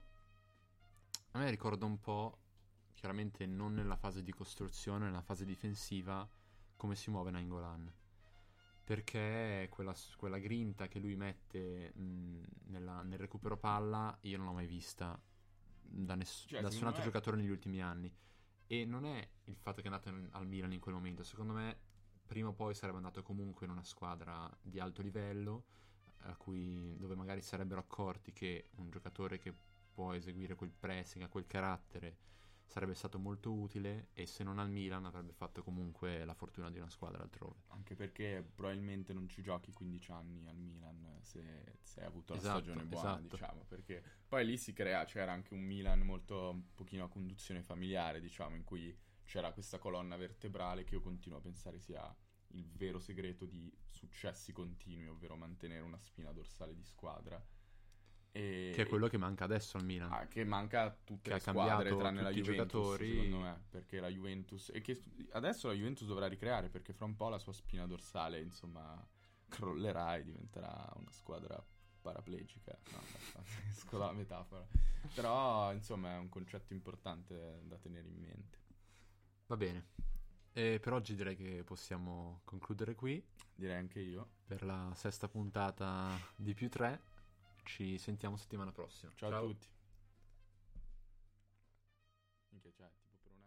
[SPEAKER 1] a me ricorda un po', chiaramente non nella fase di costruzione, nella fase difensiva, come si muove Nainggolan. Perché quella, quella grinta che lui mette mh, nella- nel recupero palla, io non l'ho mai vista da, ness-
[SPEAKER 2] Cioè,
[SPEAKER 1] da nessun
[SPEAKER 2] secondo
[SPEAKER 1] altro
[SPEAKER 2] me,
[SPEAKER 1] giocatore negli ultimi anni. E non è il fatto che è andato in- al Milan in quel momento, secondo me prima o poi sarebbe andato comunque in una squadra di alto livello, a cui, dove magari si sarebbero accorti che un giocatore che può eseguire quel pressing, ha quel carattere, sarebbe stato molto utile, e se non al Milan avrebbe fatto comunque la fortuna di una squadra altrove.
[SPEAKER 2] anche perché probabilmente non ci giochi quindici anni al Milan se, se hai avuto la
[SPEAKER 1] Esatto,
[SPEAKER 2] stagione buona,
[SPEAKER 1] esatto.
[SPEAKER 2] diciamo, perché poi lì si crea, c'era anche un Milan molto, un pochino a conduzione familiare, diciamo, in cui c'era questa colonna vertebrale che io continuo a pensare sia il vero segreto di successi continui, ovvero mantenere una spina dorsale di squadra. E,
[SPEAKER 1] Che è quello che manca adesso al Milan.
[SPEAKER 2] Ah, che manca a tutte
[SPEAKER 1] Che
[SPEAKER 2] le
[SPEAKER 1] ha
[SPEAKER 2] squadre
[SPEAKER 1] cambiato
[SPEAKER 2] tranne la
[SPEAKER 1] tutti i
[SPEAKER 2] Juventus,
[SPEAKER 1] giocatori.
[SPEAKER 2] secondo me, perché la Juventus e che adesso la Juventus dovrà ricreare, perché fra un po' la sua spina dorsale, insomma, crollerà e diventerà una squadra paraplegica. No, abbastanza, esco dalla metafora. Però, insomma, è un concetto importante da tenere in mente.
[SPEAKER 1] Va bene. E per oggi direi che possiamo concludere qui
[SPEAKER 2] Direi anche io.
[SPEAKER 1] per la sesta puntata di più tre. Ci sentiamo settimana prossima.
[SPEAKER 2] Ciao, a tutti. Minchia, cioè, tipo per una